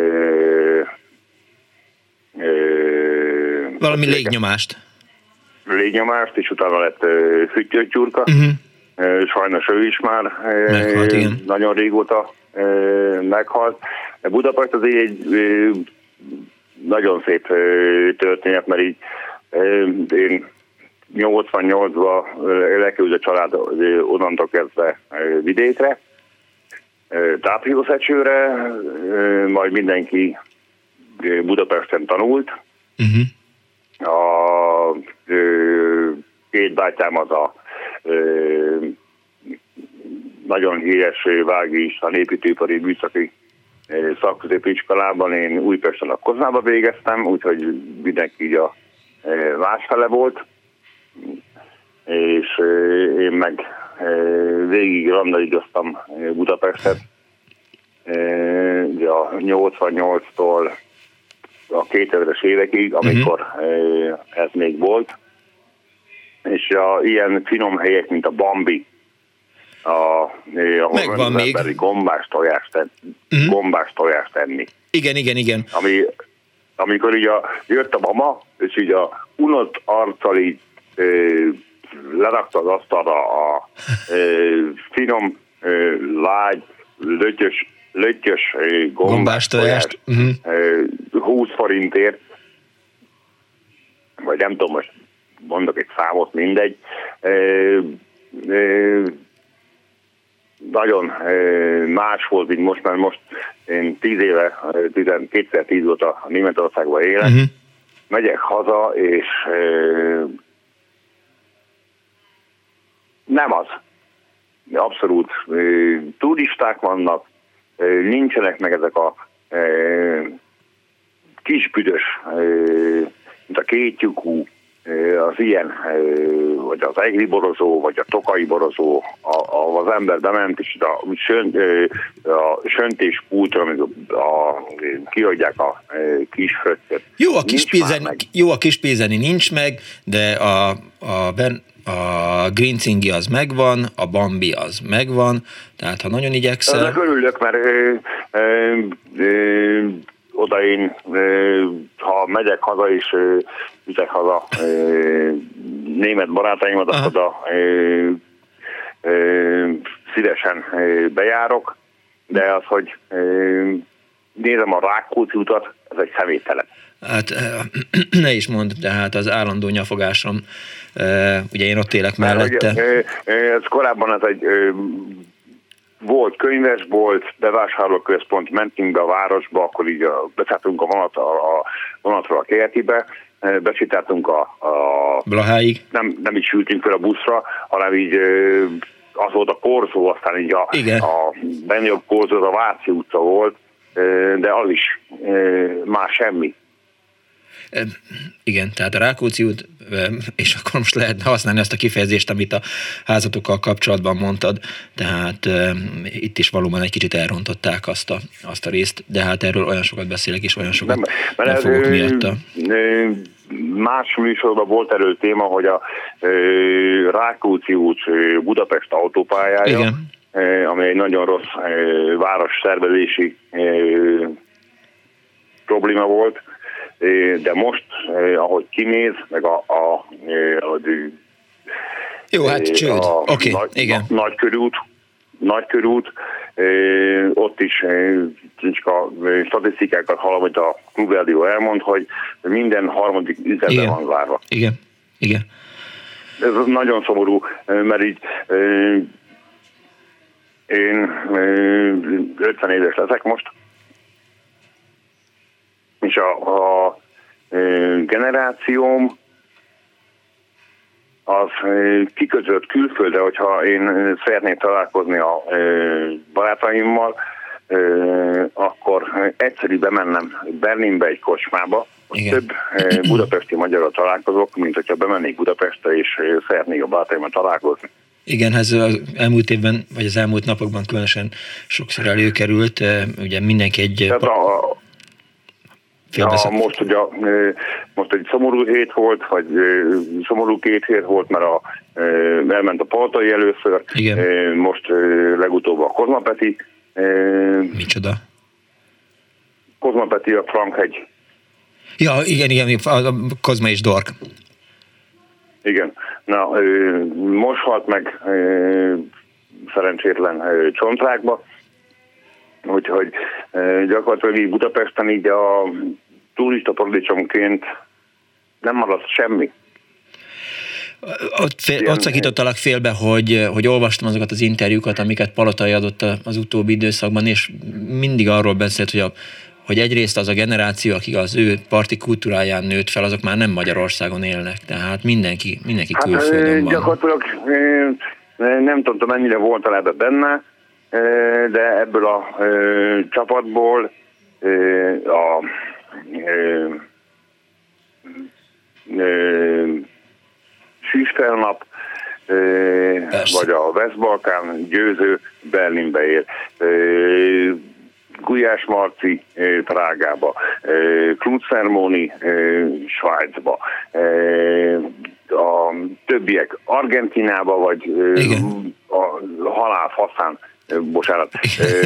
valami légnyomást. Légnyomást, és utána lett Füttyös Gyurka. Sajnos ő is már meghalt, nagyon régóta meghalt. Budapest az egy nagyon szép történet, mert így én 88-ban lekerült a család onnantól kezdve vidékre, Tápiószecsőre, majd mindenki Budapesten tanult. A két bátyám az a nagyon híres Vági István építőipari műszaki szakközépiskolában, én Újpesten a Kozmába végeztem, úgyhogy mindenki így a másfele volt, és én meg végig randaigaztam Budapestet, ugye a 88-tól a 2000-es évekig, amikor ez még volt, és ilyen finom helyek, mint a Bambi, ahol az emberi gombás tojást tenni. Igen. Amikor így jött a mama, és így a unott arccal így lerakta az asztalra a finom, lágy, löttyös gombás tojást 20 forintért, vagy nem tudom, most mondok egy számot, mindegy. Nagyon más volt, mint most, mert most én 2010 óta Németországban élek, megyek haza, és nem az. Abszolút turisták vannak, nincsenek meg ezek a kisbüdös, mint a kétlyukú, az ilyen, vagy az egri borozó, vagy a tokai borozó, ahol az ember bement, és a söntéspultra, amikor kiadják a kis fröccsöt. Jó, a kispézeni nincs meg, de a Green Cingi az megvan, a Bambi az megvan, tehát ha nagyon igyekszel... Ennek örülök, mert oda én, ha megyek haza és viszek haza német barátaimat, akkor oda szívesen bejárok, de az, hogy nézem a Rákóczi utat, ez egy személytelep. Hát ne is mondd, tehát az állandó nyafogásom, ugye én ott élek mellette. Ez korábban ez egy volt könyvesbolt, bevásárlóközpont, mentünk be a városba, akkor így beszálltunk a vonatról a Kertibe, besétáltunk a Blaháig. Nem így sültünk fel a buszra, hanem így az volt a korzó, aztán így a legnagyobb korzó, az a Váci utca volt, de az is már semmi. Igen, tehát a Rákóczi út, és akkor most lehetne használni azt a kifejezést, amit a házatokkal kapcsolatban mondtad, tehát itt is valóban egy kicsit elrontották azt a részt, de hát erről olyan sokat beszélek, és olyan sokat nem fogok miatta. Más műsorban volt erről téma, hogy a Rákóczi út Budapest autópályája, igen, ami egy nagyon rossz város szervezési probléma volt, de most, ahogy kinéz, meg jó, hát csőd. Oké, igen. Nagykörút, ott is csak a statisztikákat hallom, hogy a Klubrádió elmond, hogy minden harmadik üzletben van zárva. Igen. Ez nagyon szomorú, mert így én 50 éves leszek most, és a generációm az kiközött külföldre, hogyha én szeretnék találkozni a barátaimmal, akkor egyszerű bemennem Berlinbe egy kocsmába, több budapesti magyarral találkozok, mint hogyha bemennék Budapestre, és szeretnék a barátaimmal találkozni. Igen, ez az elmúlt évben, vagy az elmúlt napokban különösen sokszor előkerült, ugye mindenki egy... Most egy szomorú hét volt, vagy szomorú 2 hét volt, mert elment a Paltai először, igen, most legutóbb a Kozma Peti. Micsoda? Kozma Peti a Frankhegy. Ja, igen, a Kozma és Dork. Igen. Na, most halt meg szerencsétlen Csontrákba, úgyhogy gyakorlatilag így Budapesten így a turista paradicsomként nem maradt semmi. Ott szakítottalak félbe, hogy olvastam azokat az interjúkat, amiket Palotai adott az utóbbi időszakban, és mindig arról beszélt, hogy egyrészt az a generáció, akik az ő parti kultúráján nőtt fel, azok már nem Magyarországon élnek, tehát mindenki külföldön van. Gyakorlatilag nem tudom, mennyire volt ebben benne, de ebből a csapatból a Süsterlnap vagy a West-Balkán győző Berlinbe ér. Gulyás Marci Prágába, Klub Cermoni Svájcba, a többiek Argentinába, vagy a halál faszán, bocsánat,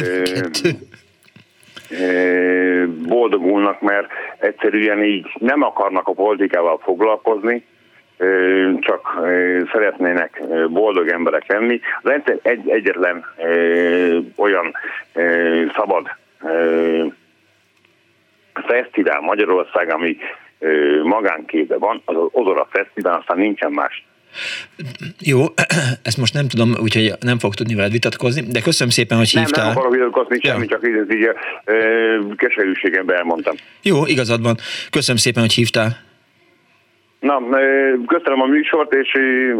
boldogulnak, mert egyszerűen így nem akarnak a politikával foglalkozni, csak szeretnének boldog emberek lenni. Az egyetlen olyan szabad fesztivál Magyarország, ami magánkézben van, az Ozora Fesztivál, aztán nincsen más. Jó, ezt most nem tudom, úgyhogy nem fogok tudni veled vitatkozni, de köszönöm szépen, hogy hívtál. Nem akarok vitatkozni semmi, csak így keserűségemben elmondtam. Jó, igazad van. Köszönöm szépen, hogy hívtál. Na, köszönöm a műsort, és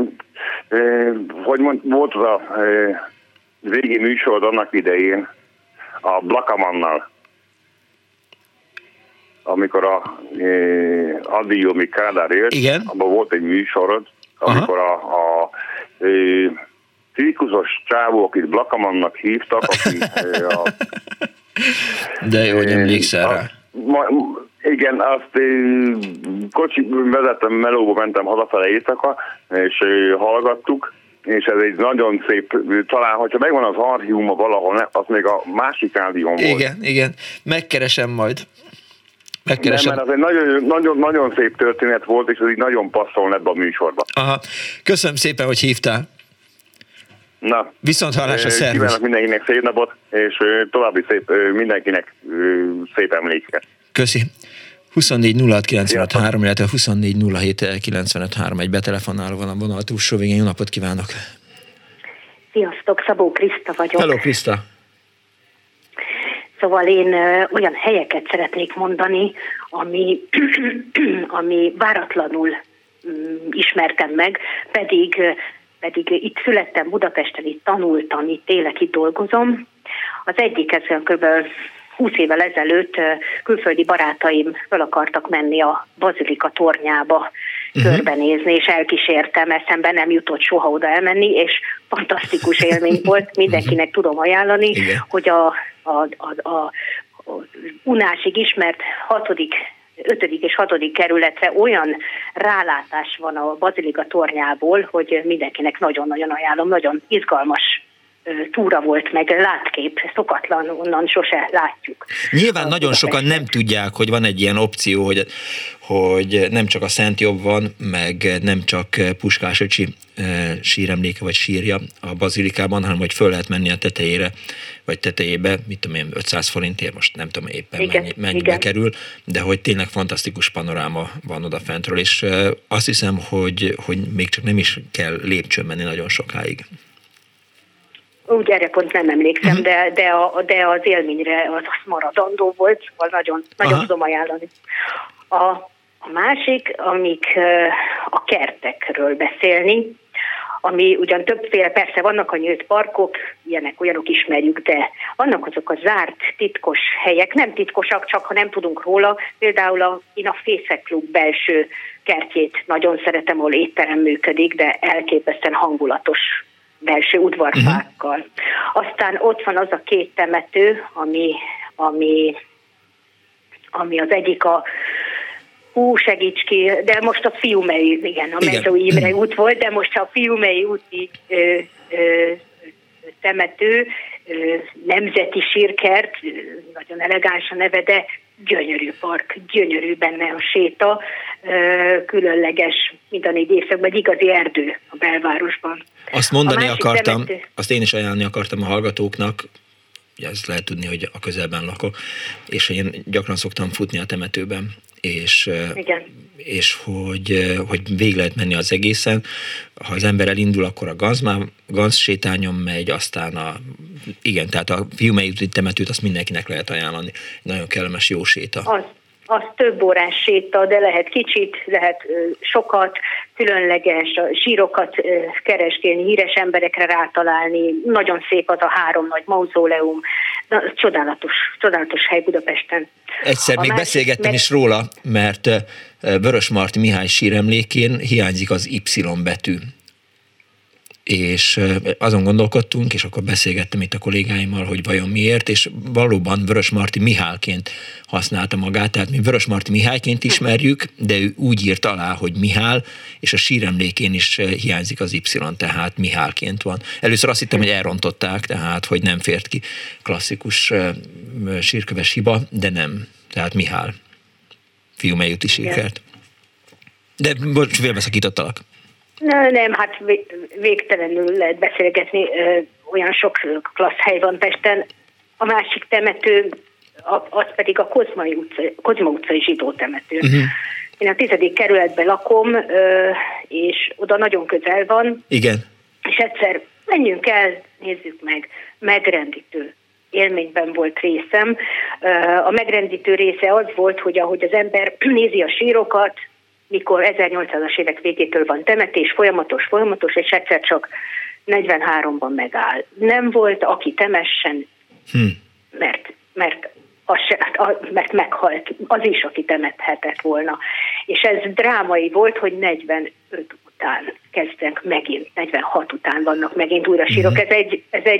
hogy volt az a régi műsor annak idején a Blakamannal, amikor a Adi Jomi Kádár élt, abban volt egy műsorod, amikor a cirkuszos csávó, akit Blakamannak hívtak, aki de jó, hogy emlékszel rá. Igen, azt kocsi vezettem, melóba mentem hazafele éjszaka, és hallgattuk, és ez egy nagyon szép, talán, hogyha megvan az archívuma valahol, az még a másik rádión volt. Igen, megkeresem majd. Nem, mert az egy nagyon szép történet volt, és ez így nagyon passzol ebbe a műsorba. Aha. Köszönöm szépen, hogy hívtál. Na, viszont hallásra, szervusz. Kívánok mindenkinek szép napot, és további mindenkinek szép emléket. Köszi. 24 06 95 illetve 24 07 95 3, egy betelefonáló van a vonal túlsó végén. Jó napot kívánok! Sziasztok, Szabó Kriszta vagyok. Hello, Kriszta! Szóval én olyan helyeket szeretnék mondani, ami váratlanul ismertem meg, pedig itt születtem Budapesten, itt tanultam, itt élek, itt dolgozom. Az egyik ezen kb. 20 évvel ezelőtt külföldi barátaim fel akartak menni a Bazilika tornyába körbenézni, és elkísértem, eszembe nem jutott soha oda elmenni, és fantasztikus élmény volt, mindenkinek tudom ajánlani, hogy a unásig ismert 5. és 6. kerületre olyan rálátás van a Bazilika tornyából, hogy mindenkinek nagyon-nagyon ajánlom, nagyon izgalmas túra volt, meg látkép, szokatlan, onnan sose látjuk. Nyilván nagyon sokan nem tudják, hogy van egy ilyen opció, hogy nem csak a Szent Jobb van, meg nem csak Puskás öcsi síremléke vagy sírja a bazilikában, hanem hogy föl lehet menni a tetejére, vagy tetejébe, mit tudom én, 500 forintért, most nem tudom éppen mennyibe kerül, de hogy tényleg fantasztikus panoráma van oda fentről, és azt hiszem, hogy még csak nem is kell lépcsőn menni nagyon sokáig. Úgy erre pont nem emlékszem, de az élményre az maradandó volt, szóval nagyon tudom ajánlani. A másik, amik a kertekről beszélni, ami ugyan többféle, persze vannak a nyílt parkok, olyanok ismerjük, de vannak azok a zárt, titkos helyek, nem titkosak, csak ha nem tudunk róla. Például én a Fészek Klub belső kertjét nagyon szeretem, ahol étterem működik, de elképesztően hangulatos belső udvarfákkal. Aztán ott van az a 2 temető, ami az egyik a segíts ki, de most a Fiumei, a Mezsói Imre út volt, de most a Fiumei úti temető, nemzeti sírkert, nagyon elegáns a neve, de gyönyörű park, gyönyörű benne a séta, különleges minden évszakban, egy igazi erdő a belvárosban. Azt mondani akartam, azt én is ajánlani akartam a hallgatóknak, ugye ezt lehet tudni, hogy a közelben lakok, és én gyakran szoktam futni a temetőben, és hogy végig lehet menni az egészen. Ha az ember elindul, akkor a Ganz sétányon megy, aztán tehát a Fiumei úti temetőt azt mindenkinek lehet ajánlani. Nagyon kellemes, jó séta. Az több órás séta, de lehet kicsit, lehet sokat, különleges sírokat keresgélni, híres emberekre rátalálni. Nagyon szép az a 3 nagy mauzóleum. Csodálatos hely Budapesten. Egyszer még beszélgettem is róla, mert Vörösmarty Mihály síremlékén hiányzik az Y betű. És azon gondolkodtunk, és akkor beszélgettem itt a kollégáimmal, hogy vajon miért, és valóban Vörösmarty Mihálként használta magát, tehát mi Vörösmarty Mihályként ismerjük, de ő úgy írt alá, hogy Mihál, és a síremlékén is hiányzik az Y, tehát Mihálként van. Először azt hittem, hogy elrontották, tehát hogy nem fért ki, klasszikus sírköves hiba, de nem, tehát Mihál, Fiumei úti sírkert. De most félbeszakítottalak. Nem, hát végtelenül lehet beszélgetni, olyan sok klassz hely van Pesten. A másik temető, az pedig a Kozma utcai zsidó temető. Én a 10. kerületben lakom, és oda nagyon közel van. Igen. És egyszer menjünk el, nézzük meg, megrendítő élményben volt részem. A megrendítő része az volt, hogy ahogy az ember nézi a sírokat, mikor 1800-as évek végétől van temetés, folyamatos, és egyszer csak 43-ban megáll. Nem volt, aki temessen, mert meghalt az is, aki temethetett volna. És ez drámai volt, hogy 45 után kezdtek megint, 46 után vannak megint újra sírok. Ez egy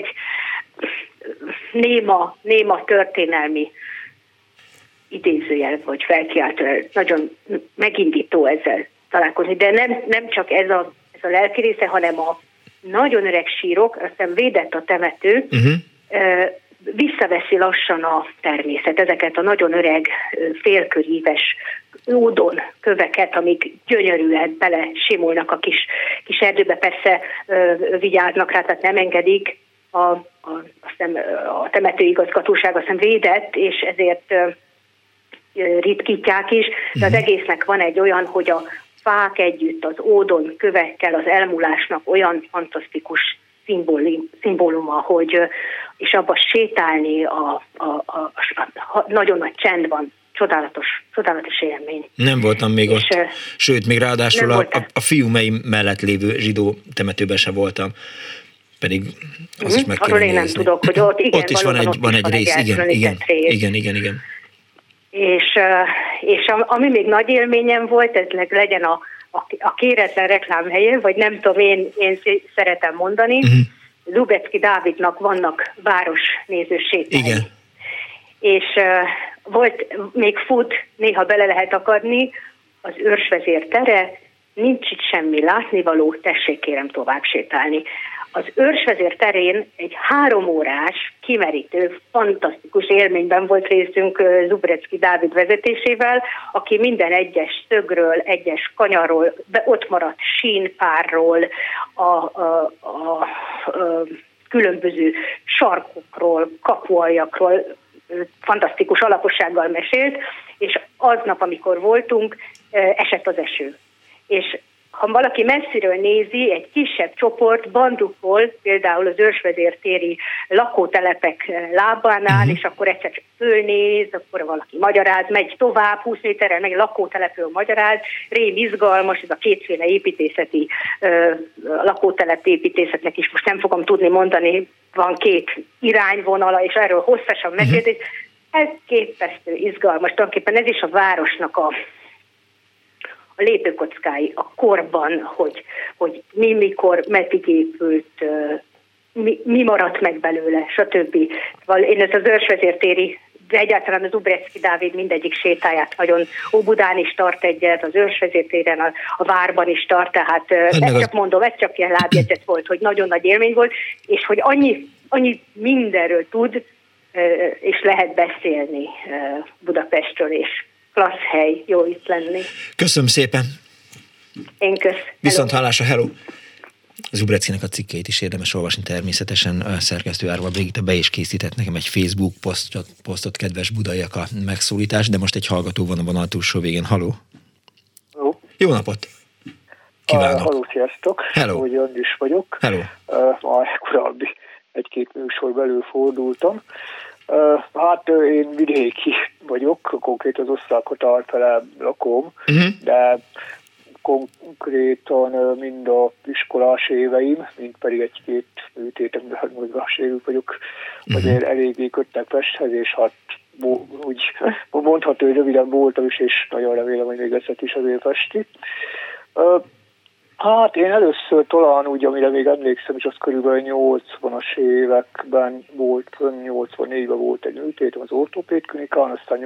néma történelmi idézőjel vagy felkiáltó, nagyon megindító ezzel találkozni, de nem csak ez a lelki része, hanem a nagyon öreg sírok, aztán védett a temető, visszaveszi lassan a természet, ezeket a nagyon öreg, félköríves ódon köveket, amik gyönyörűen bele simulnak a kis erdőbe, persze vigyáznak rá, tehát nem engedik, a temetőigazgatóság aztán védett, és ezért ritkítják is, de az egésznek van egy olyan, hogy a fák együtt az ódon kövekkel az elmúlásnak olyan fantasztikus szimbóluma, hogy és abba sétálni a nagyon nagy csendban, csodálatos élmény. Nem voltam még ott, sőt, még ráadásul a fiúmeim mellett lévő zsidó temetőben se voltam, pedig az is meg kéne nézni. Arról én nem tudok, hogy ott, igen, ott is van egy rész, igen. És ami még nagy élményem volt, ez legyen a kéretlen reklám helyén, vagy nem tudom, én szeretem mondani, Lubecki Dávidnak vannak városnéző sétái. Igen. És volt, még fut, néha bele lehet akadni, az őrsvezér tere, nincs itt semmi látnivaló, tessék kérem tovább sétálni. Az őrsvezér terén egy 3 órás, kimerítő, fantasztikus élményben volt részünk Zubrecki Dávid vezetésével, aki minden egyes szögről, egyes kanyarról, ott maradt sínpárról, a különböző sarkokról, kapualjakról, fantasztikus alapossággal mesélt, és aznap, amikor voltunk, esett az eső. És ha valaki messziről nézi, egy kisebb csoport bandukol, például az őrsvezértéri lakótelepek lábánál, és akkor egyszer csak fölnéz, akkor valaki magyaráz, megy tovább, 20 méterrel megy lakótelepről magyaráz, rém izgalmas, ez a kétféle építészeti lakótelep építészetnek is most nem fogom tudni mondani, van 2 irányvonala, és erről hosszasan mesélt, és ez képesztő izgalmas, tulajdonképpen ez is a városnak a lépőkockái a korban, hogy mikor, meddig épült, mi maradt meg belőle, stb. Én ez az őrsvezértéri, de egyáltalán az Zubrecki Dávid mindegyik sétáját nagyon Óbudán is tart egyet, az őrsvezértéren, a várban is tart, tehát ezt csak mondom, ez csak ilyen lábjegyzet volt, hogy nagyon nagy élmény volt, és hogy annyi mindenről tud, és lehet beszélni Budapestről, és klassz hely, jó itt lenni. Köszönöm szépen. Én kösz. Viszont hallásra, hello. Zubreckinek a cikkeit is érdemes olvasni természetesen. A szerkesztő Árva Brigitta be is készített nekem egy Facebook posztot, kedves budaiak a megszólítás, de most egy hallgató van a vonal túlsó végén. Halló. Hello. Jó napot. Kívánok. Halló, sziasztok. Hello. Hogy Andris vagyok. Hello. Már korábbi 1-2 műsor belül fordultam. Hát én vidéki vagyok, konkrétan az Osztrák-határfele lakom, de konkrétan mind a iskolás éveim, mind pedig 1-2 műtétemben mozgássérült vagyok, azért eléggé köttek Pesthez, és hát úgy mondható, hogy röviden voltam is, és nagyon remélem, hogy még ezt is azért Pesti. Hát én először talán úgy, amire még emlékszem, és az körülbelül 80-as években volt, 84-ben volt egy műtétem az ortopéd klinikán, aztán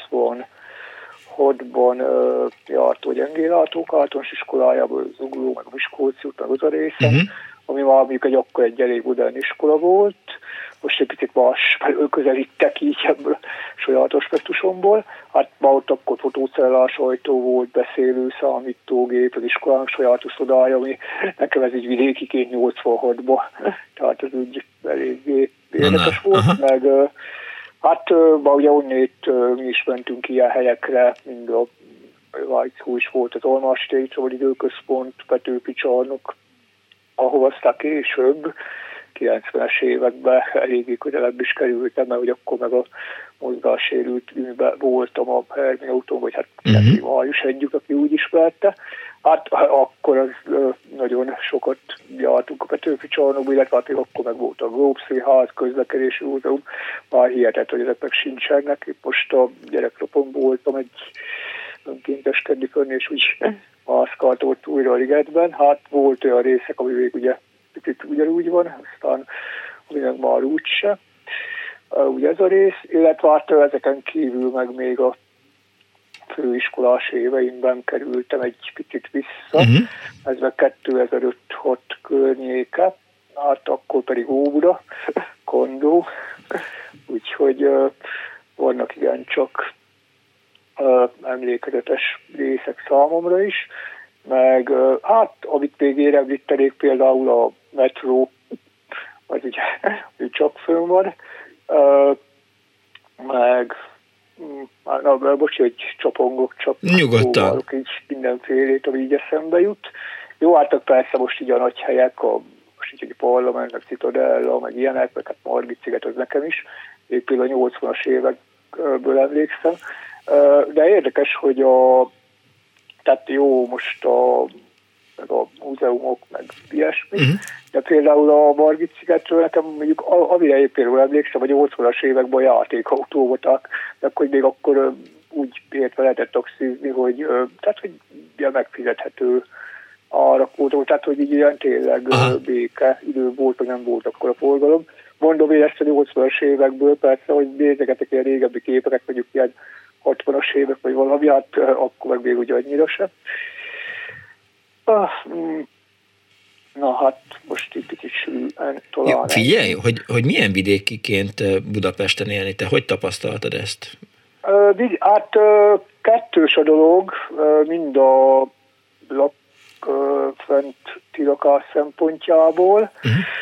86-ban járt a gyengéllátók általános iskolájában, az Zugló, meg a Miskolci út, meg az a része, ami már mondjuk egy elég modern iskola volt. Most egy picit más közelítek így ebből a saját aspektusomból. Hát már ott akkor fotócellás ajtó volt, beszélő számítógép, az iskolának saját uszodája, ami nekem ez így vidékiként 86-ban. Tehát ez úgy eléggé érdekes volt, meg hát ugye onnét mi is mentünk ilyen helyekre, mind a Vájcó is volt az Almás téri Szabadidőközpont, Petőfi csarnok, ahova aztán később 90-es években eléggé közelebb is kerültem, mert hogy akkor meg a mozgássérült voltam a Hermia úton, vagy hát Május együk, aki úgy ismerte. Hát akkor az nagyon sokat jártunk a Petőfi csarnokba, illetve hát akkor meg volt a Gróbszínház, közlekedési múzeum, már hihetett, hogy ezek meg sincsenek. Itt most a gyereknapon voltam egy önkénteskedni fönn, és úgy mászkáltott újra a ligetben. Hát volt olyan részek, ami még ugye picit ugyanúgy van, aztán aminek már úgyse. Ugye ez a rész, illetve hát ezeken kívül meg még a főiskolás éveimben kerültem egy picit vissza, ez meg 2005-6 környéke, hát akkor pedig Óbuda, Kondó, úgyhogy vannak igencsak emlékezetes részek számomra is, meg hát amit még éremlítenék, például a metró, az ugye csak fönn van, meg hogy csapongok, csak nyugodtan. Így mindenfélét, ami így eszembe jut. Jó, hát persze most így a nagy helyek, most így a Parlament, meg Citadella, meg ilyenek, meg hát Margit-sziget az nekem is, én például a 80-as évekből emlékszem. De érdekes, hogy tehát jó, most meg a múzeumok, meg ilyesmi, de például a Margit-szigetről nekem mondjuk, amire én például emlékszem, hogy 80-as években játékautó voltak, de akkor még akkor úgy értve lehetett taxizni, hogy tehát, hogy megfizethető árak voltak, tehát, hogy így ilyen tényleg béke idő volt, vagy nem volt akkor a forgalom. Mondom én ezt a 80-as évekből, persze, hogy nézegetek ilyen régebbi képeket, mondjuk ilyen 60-as évek, vagy valami, hát akkor meg még ugye annyira sem. Na hát most itt kicsit sűrűen talán. Jó, figyelj, hogy milyen vidékiként Budapesten élni, te hogy tapasztaltad ezt? Hát kettős a dolog, mind a fenti lakás szempontjából.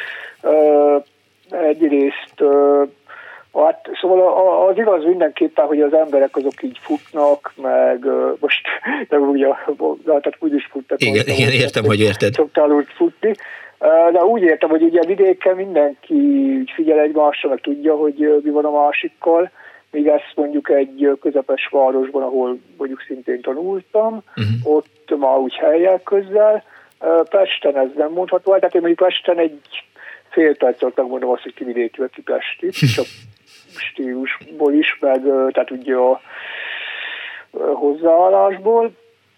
Egyrészt hát, szóval az igaz mindenképpen, hogy az emberek azok így futnak, meg most nem ugye, tehát úgy is futnak. Igen, értem, hogy érted. Szoktál úgy futni. De úgy értem, hogy ugye vidéken mindenki figyel egymásra, meg tudja, hogy mi van a másikkal, míg ezt mondjuk egy közepes városban, ahol mondjuk szintén tanultam, ott már úgy helyjel közel. Pesten ez nem mondható, tehát én mondjuk Pesten egy fél perc alatt megmondom azt, hogy kividéki vagy kipesti, csak stílusból is, meg tehát ugye a hozzáállásból.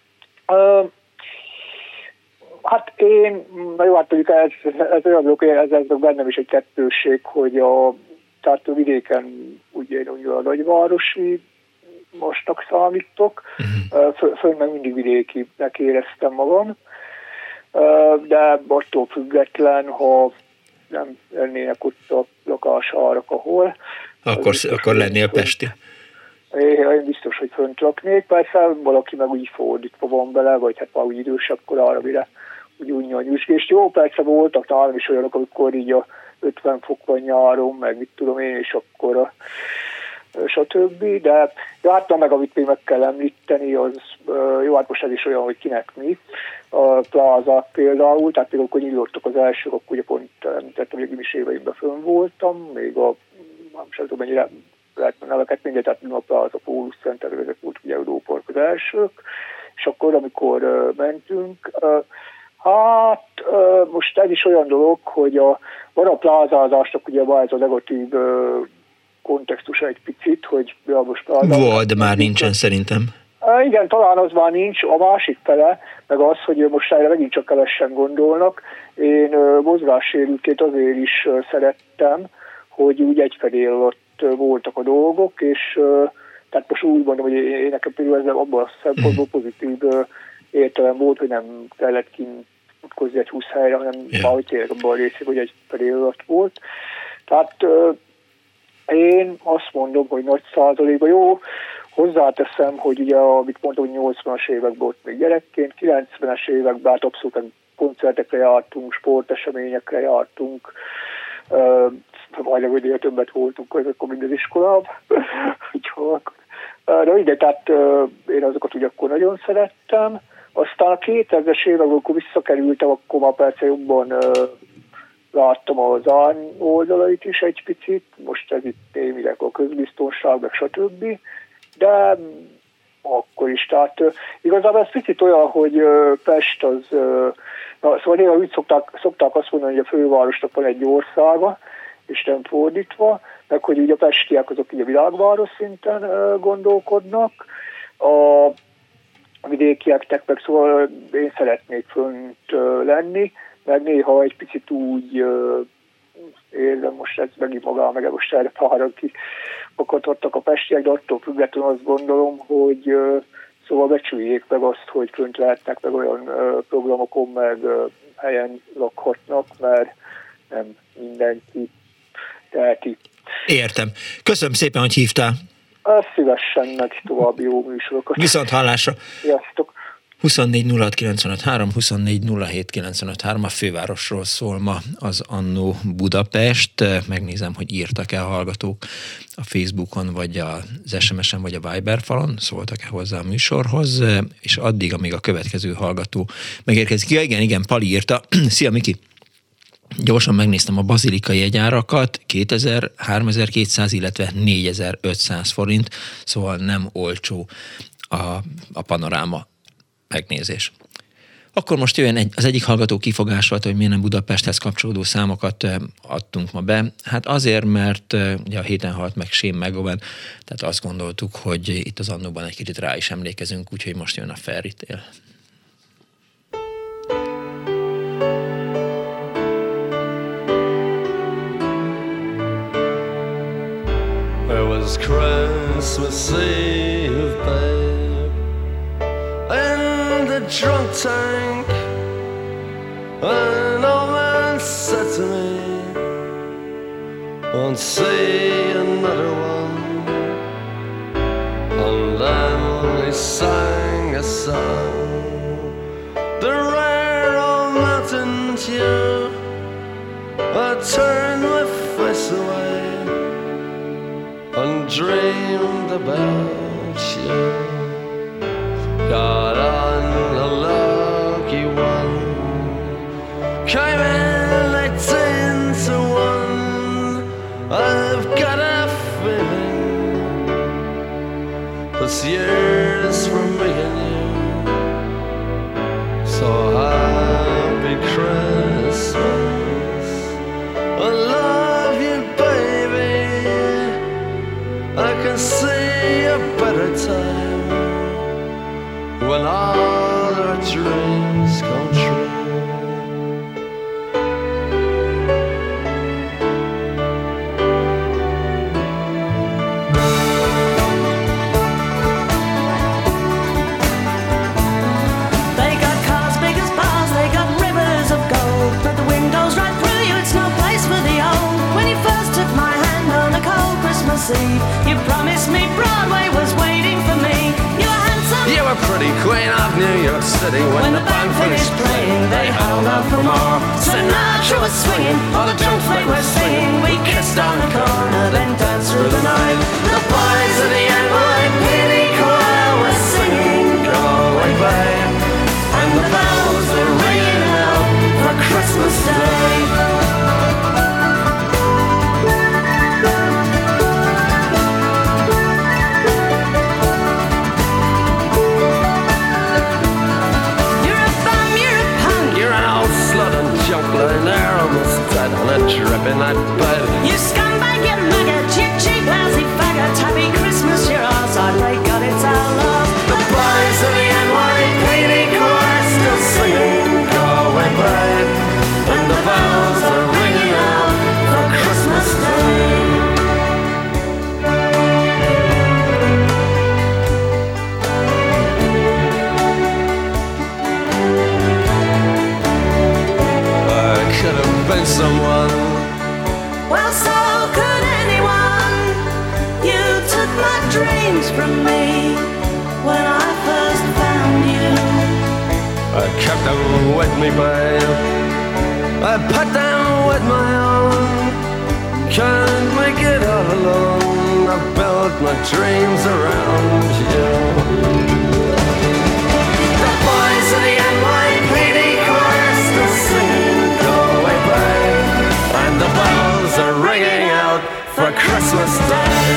Hát én, na jó, hát mondjuk ez olyan dolog, hogy ez bennem is egy kettősség, hogy tehát a vidéken ugye a nagyvárosi mostnak számítok, fönn meg mindig vidékinek éreztem magam, de attól független, ha nem lennének ott a lakásárak, ahol. Akkor lennél pesti. Én biztos, hogy fönt laknék. Persze valaki meg úgy fordítva van bele, vagy hát már úgy idősebb korára, mire úgy unja nyüzsgést. Jó, persze voltak nálam is olyanok, amikor így a 50 fok van nyáron, meg mit tudom én, és akkor stb. De jó, hát meg amit még meg kell említeni, az jó, hát most ez is olyan, hogy kinek mi. A plázák például, tehát még akkor nyílottak az elsők, akkor ugye pont említettem, hogy a gimis éveimben fönn voltam, még nem tudom mennyire lehet neveket mindegy, tehát a Pláza Pólus Center, ezek volt ugye Európark az elsők, és akkor amikor mentünk, hát most ez is olyan dolog, hogy van a plázázásnak ugye van ez a negatív kontextusa egy picit, hogy most volt, de már nincsen szerintem. Igen, talán az már nincs. A másik fele, meg az, hogy most erre megint csak kevesen gondolnak. Én mozgássérültként azért is szerettem, hogy úgy egyfedél alatt voltak a dolgok, és tehát most úgy mondom, hogy én nekem például ez abban a szempontból pozitív értelem volt, hogy nem kellett kint utkozni egy 20 helyre, hanem valahogy tényleg abban a részig, hogy egyfedél alatt volt. Tehát én azt mondom, hogy nagy százalékban jó. Hozzáteszem, hogy ugye, amit mondtam, hogy 80-as években ott még gyerekként, 90-es években hát abszolút koncertekre jártunk, sporteseményekre jártunk, majdnem, hogy többet voltunk akkor mind az iskolában. De ide, tehát én azokat ugye akkor nagyon szerettem. Aztán a 2000-es években, amikor visszakerültem, akkor már persze jobban láttam az oldalait is egy picit, most ez itt némileg a közbiztonság, meg stb. De akkor is, tehát igazából ez picit olyan, hogy Pest az, szóval néha úgy szokták azt mondani, hogy a fővárosnak van egy országa, és nem fordítva, meg hogy ugye a pestiek azok így a világváros szinten gondolkodnak, a vidékieknek meg szóval én szeretnék fönt lenni, meg néha egy picit úgy érzem, most ez megint magam, meg most erre páran kipakadhattak a pestiek, de attól függetlenül azt gondolom, hogy szóval becsüljék meg azt, hogy fönt lehetnek, meg olyan programokon, meg helyen lakhatnak, mert nem mindenki teheti. Értem. Köszönöm szépen, hogy hívtál. Szívesen, meg további jó műsorokat. Viszont hallásra. Sziasztok. 24 06 953, 24 07 953, a fővárosról szól ma az Annó Budapest. Megnézem, hogy írtak-e a hallgatók a Facebookon, vagy az SMS-en, vagy a Viber falon, szóltak-e hozzá a műsorhoz, és addig, amíg a következő hallgató megérkezik. Ja, igen, Pali írta. Szia, Miki! Gyorsan megnéztem a bazilikai jegyárakat, 2000, 3200, illetve 4500 forint, szóval nem olcsó a panoráma megnézés. Akkor most jöjjön az egyik hallgató kifogásolt, hogy miért nem Budapesthez kapcsolódó számokat adtunk ma be. Hát azért, mert ugye a héten halt meg Shane McGowan, tehát azt gondoltuk, hogy itt az Annóban egy kicsit rá is emlékezünk, úgyhogy most jön a Fairy Tale. It was Christmas Eve, babe, in the drunk tank. An old man said to me, won't see another one. And then he sang a song, the rare old mountain tune. I turned my face away and dreamed about you. Got on a lucky one, came in 18 to 1. I've got a feeling this year's for me and you. So happy Christmas, I love you, baby. I can see a better time when all our dreams come true. They got cars big as bars, they got rivers of gold, but the windows right through you, it's no place for the old. When you first took my hand on a cold Christmas Eve, you promised me Broadway was waiting for me. You were handsome, You were pretty queen of New York City. When the band finished playing, they held out for more. Sinatra was swinging, all the drunk folk were singing. We kissed on the corner, then danced through the night. The boys of the NYPD choir were singing Galway Bay, and the bells were ringing out for Christmas Day. Lying there almost dead on a dripping that bed. You scumbag, you maggot, you cheap lousy faggot. Happy Christmas, you're ours, I pray God it's our love. The boys of the NYPD choir still singing Galway Bay, and the bells are ringing out for Christmas Day. could have been someone. Well, so could anyone. You took my dreams from me when I first found you. I kept them with me, babe. I put them with my own. Can't make it all alone. I built my dreams around you. The boys of the NYPD chorus still singing Galway Bay, and the bells are ringing out for Christmas Day.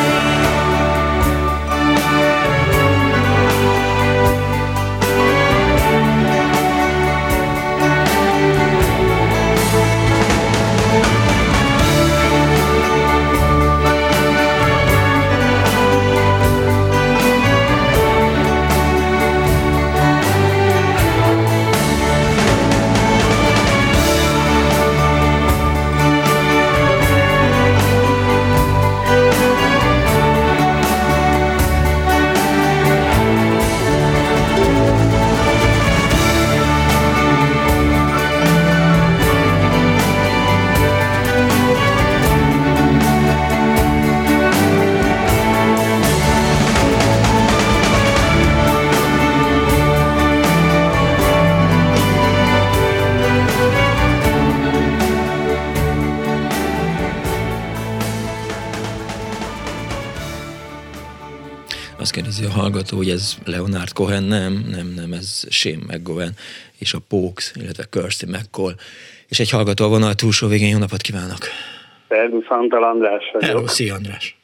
kérdezi a hallgató, hogy ez Leonard Cohen, nem, ez Shane McGowan és a Pokes, illetve Kirsty McCall. És egy hallgató a vonal túlsó végén, jó napot kívánok! Szervusz, Antal András vagyok. Hello, szia András!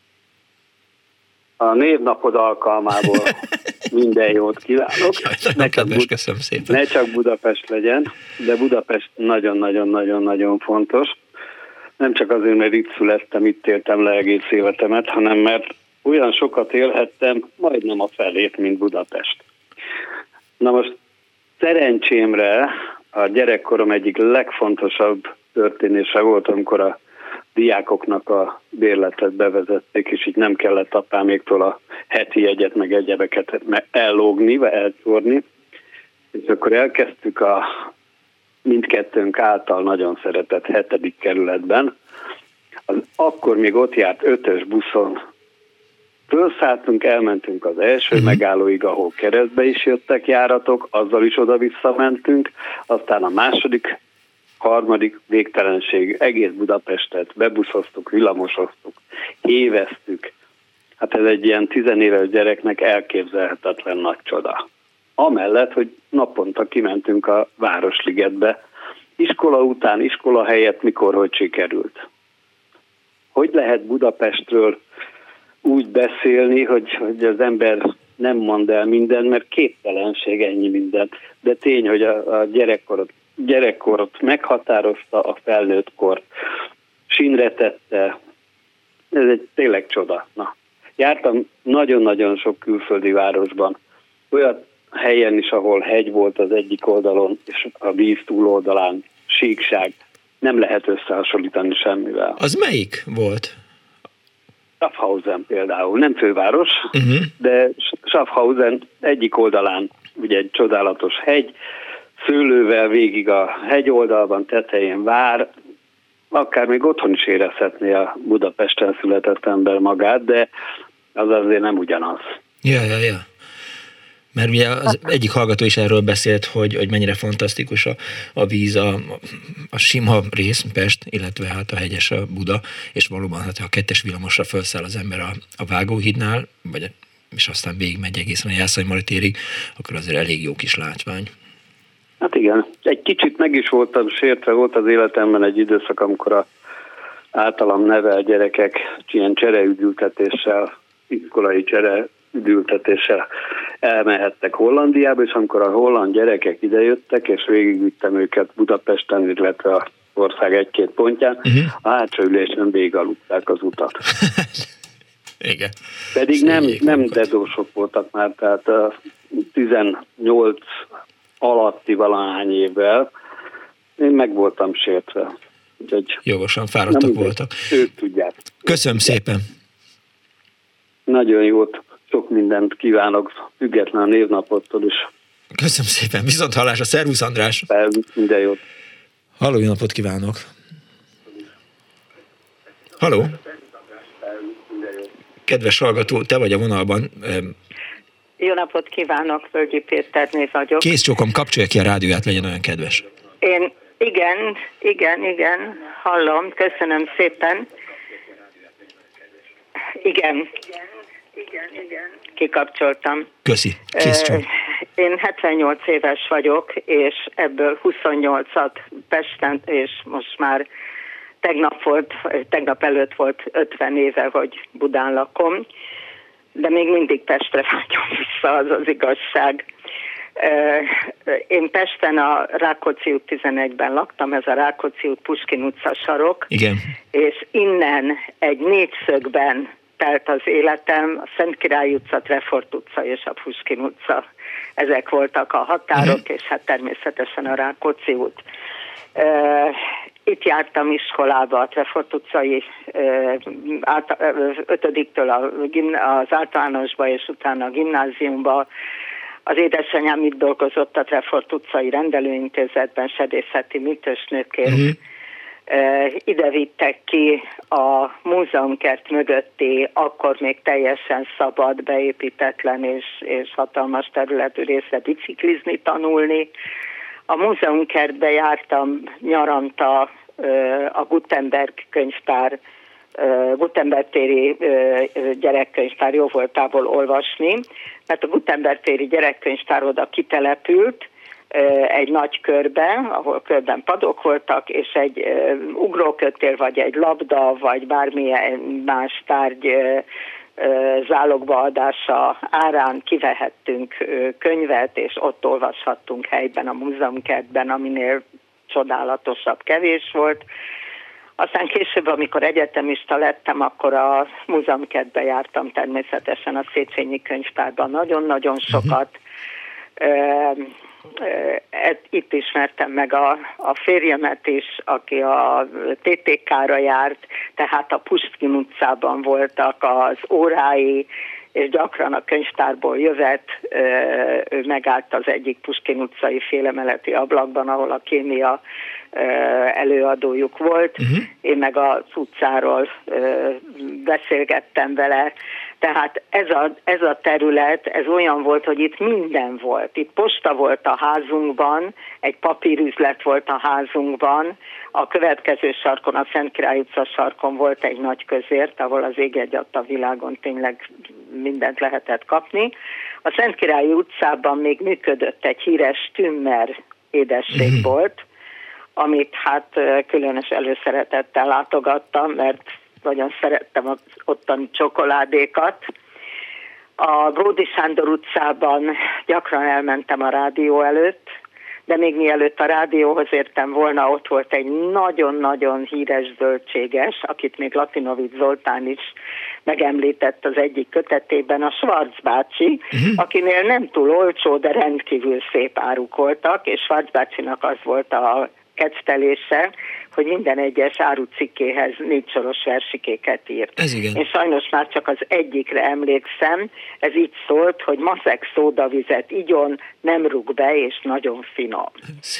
A névnapod alkalmából minden jót kívánok. Köszönöm szépen. Ne csak Budapest legyen, de Budapest nagyon-nagyon-nagyon-nagyon fontos. Nem csak azért, mert itt születtem, itt éltem le egész életemet, hanem mert olyan sokat élhettem, majdnem a felét, mint Budapest. Na most szerencsémre a gyerekkorom egyik legfontosabb történése volt, amikor a diákoknak a bérletet bevezették, és így nem kellett apáméktól a heti jegyet, meg egyebeket ellógni, vagy elcsorni. És akkor elkezdtük a mindkettőnk által nagyon szeretett 7. kerületben. Akkor még ott járt 5-ös buszon. Fölszálltunk, elmentünk az első megállóig, ahol keresztbe is jöttek járatok, azzal is oda-vissza mentünk, aztán a második, harmadik végtelenség, egész Budapestet bebuszoztuk, villamosoztuk, éveztük. Hát ez egy ilyen 10 éves gyereknek elképzelhetetlen nagy csoda. Amellett, hogy naponta kimentünk a Városligetbe, iskola után, iskola helyett mikor, hogy sikerült. Hogy lehet Budapestről úgy beszélni, hogy az ember nem mond el mindent, mert képtelenség ennyi mindent. De tény, hogy a gyerekkorot meghatározta, a felnőttkor sínre tette. Ez egy tényleg csoda. Na, jártam nagyon-nagyon sok külföldi városban. Olyan helyen is, ahol hegy volt az egyik oldalon, és a víz túloldalán síkság. Nem lehet összehasonlítani semmivel. Az melyik volt? Schaffhausen például, nem főváros, de Schaffhausen egyik oldalán ugye egy csodálatos hegy, szőlővel végig a hegyoldalban, tetején vár, akár még otthon is érezhetné a Budapesten született ember magát, de az azért nem ugyanaz. Ja. Mert ugye az egyik hallgató is erről beszélt, hogy mennyire fantasztikus a víz, a sima rész, Pest, illetve hát a hegyes, a Buda, és valóban, hát ha a 2-es villamosra felszáll az ember a Vágóhídnál, és aztán végigmegy egészen a Jászai-Mari térig, akkor azért elég jó kis látvány. Hát igen, egy kicsit meg is voltam sértve, volt az életemben egy időszak, amikor az általam nevel gyerekek ilyen csereügyültetéssel, iskolai csereügyültetéssel elmehettek Hollandiába, és amikor a holland gyerekek idejöttek, és végigvittem őket Budapesten, illetve az ország egy-két pontján, a hátsó ülésen végigaludták az utat. Igen. Pedig nem dedósok voltak már, tehát 18 alatti valahány évvel én meg voltam sértve. Úgyhogy jogosan fáradtak voltak. Ők tudják. Köszönöm szépen. Nagyon jót, sok mindent kívánok, független a névnapottól is. Köszönöm szépen, viszont hallásra. Szervusz András. Minden jót. Halló, jó napot kívánok. Halló. Kedves hallgató, te vagy a vonalban. Jó napot kívánok, Völgyi Péterné vagyok. Kész csókom, kapcsolja ki a rádióját, legyen olyan kedves. Igen, hallom, köszönöm szépen. Igen. Kikapcsoltam. Köszi, kész csók. Én 78 éves vagyok, és ebből 28-at Pesten, és most már tegnap előtt volt 50 éve, hogy Budán lakom, de még mindig Pestre vágyom vissza, az igazság. Én Pesten a Rákóczi út 11-ben laktam, ez a Rákóczi út Puskin utca sarok, igen. És innen egy négyszögben telt az életem, a Szent Király utca, Trefort utca és a Puskin utca. Ezek voltak a határok, és hát természetesen a Rákóczi út. Itt jártam iskolába, a Trefort utcai 5-től az általánosba, és utána a gimnáziumba. Az édesanyám itt dolgozott a Trefort utcai rendelőintézetben, sebészeti műtősnőként. Ide vittek ki a múzeumkert mögötti, akkor még teljesen szabad, beépítetlen és hatalmas területű részre biciklizni, tanulni. A múzeumkertbe jártam nyaranta, a Gutenberg könyvtár Gutenberg téri gyerekkönyvtár jó voltából olvasni, mert a Gutenberg téri gyerekkönyvtár oda kitelepült egy nagy körbe, ahol körben padok voltak, és egy ugrókötél, vagy egy labda, vagy bármilyen más tárgy zálogba adása árán kivehettünk könyvet, és ott olvashattunk helyben a múzeumkertben, aminél csodálatosabb kevés volt. Aztán később, amikor egyetemista lettem, akkor a múzeumkertbe jártam természetesen a Széchenyi könyvtárban nagyon-nagyon sokat. Itt ismertem meg a férjemet is, aki a TTK-ra járt, tehát a Pushkin utcában voltak az órái, és gyakran a könyvtárból jövet, ő megállt az egyik Pushkin utcai félemeleti ablakban, ahol a kémia előadójuk volt, én meg az utcáról beszélgettem vele. Tehát ez a terület, ez olyan volt, hogy itt minden volt. Itt posta volt a házunkban, egy papírüzlet volt a házunkban, a következő sarkon, a Szent Király utca sarkon volt egy nagy közért, ahol az ég egyatt a világon tényleg mindent lehetett kapni. A Szent Király utcában még működött egy híres Tümmer édességbolt, amit hát különös előszeretettel látogattam, mert nagyon szerettem az ottani csokoládékat. A Bródi Sándor utcában gyakran elmentem a rádió előtt, de még mielőtt a rádióhoz értem volna, ott volt egy nagyon-nagyon híres zöldséges, akit még Latinovics Zoltán is megemlített az egyik kötetében, a Schwarz bácsi, akinél nem túl olcsó, de rendkívül szép áruk voltak, és Schwarz bácsinak az volt a kectelése, hogy minden egyes árucikkéhez 4 soros versikéket írt. Én sajnos már csak az egyikre emlékszem, ez így szólt, hogy maszek szódavizet igyon, nem rúg be, és nagyon finom.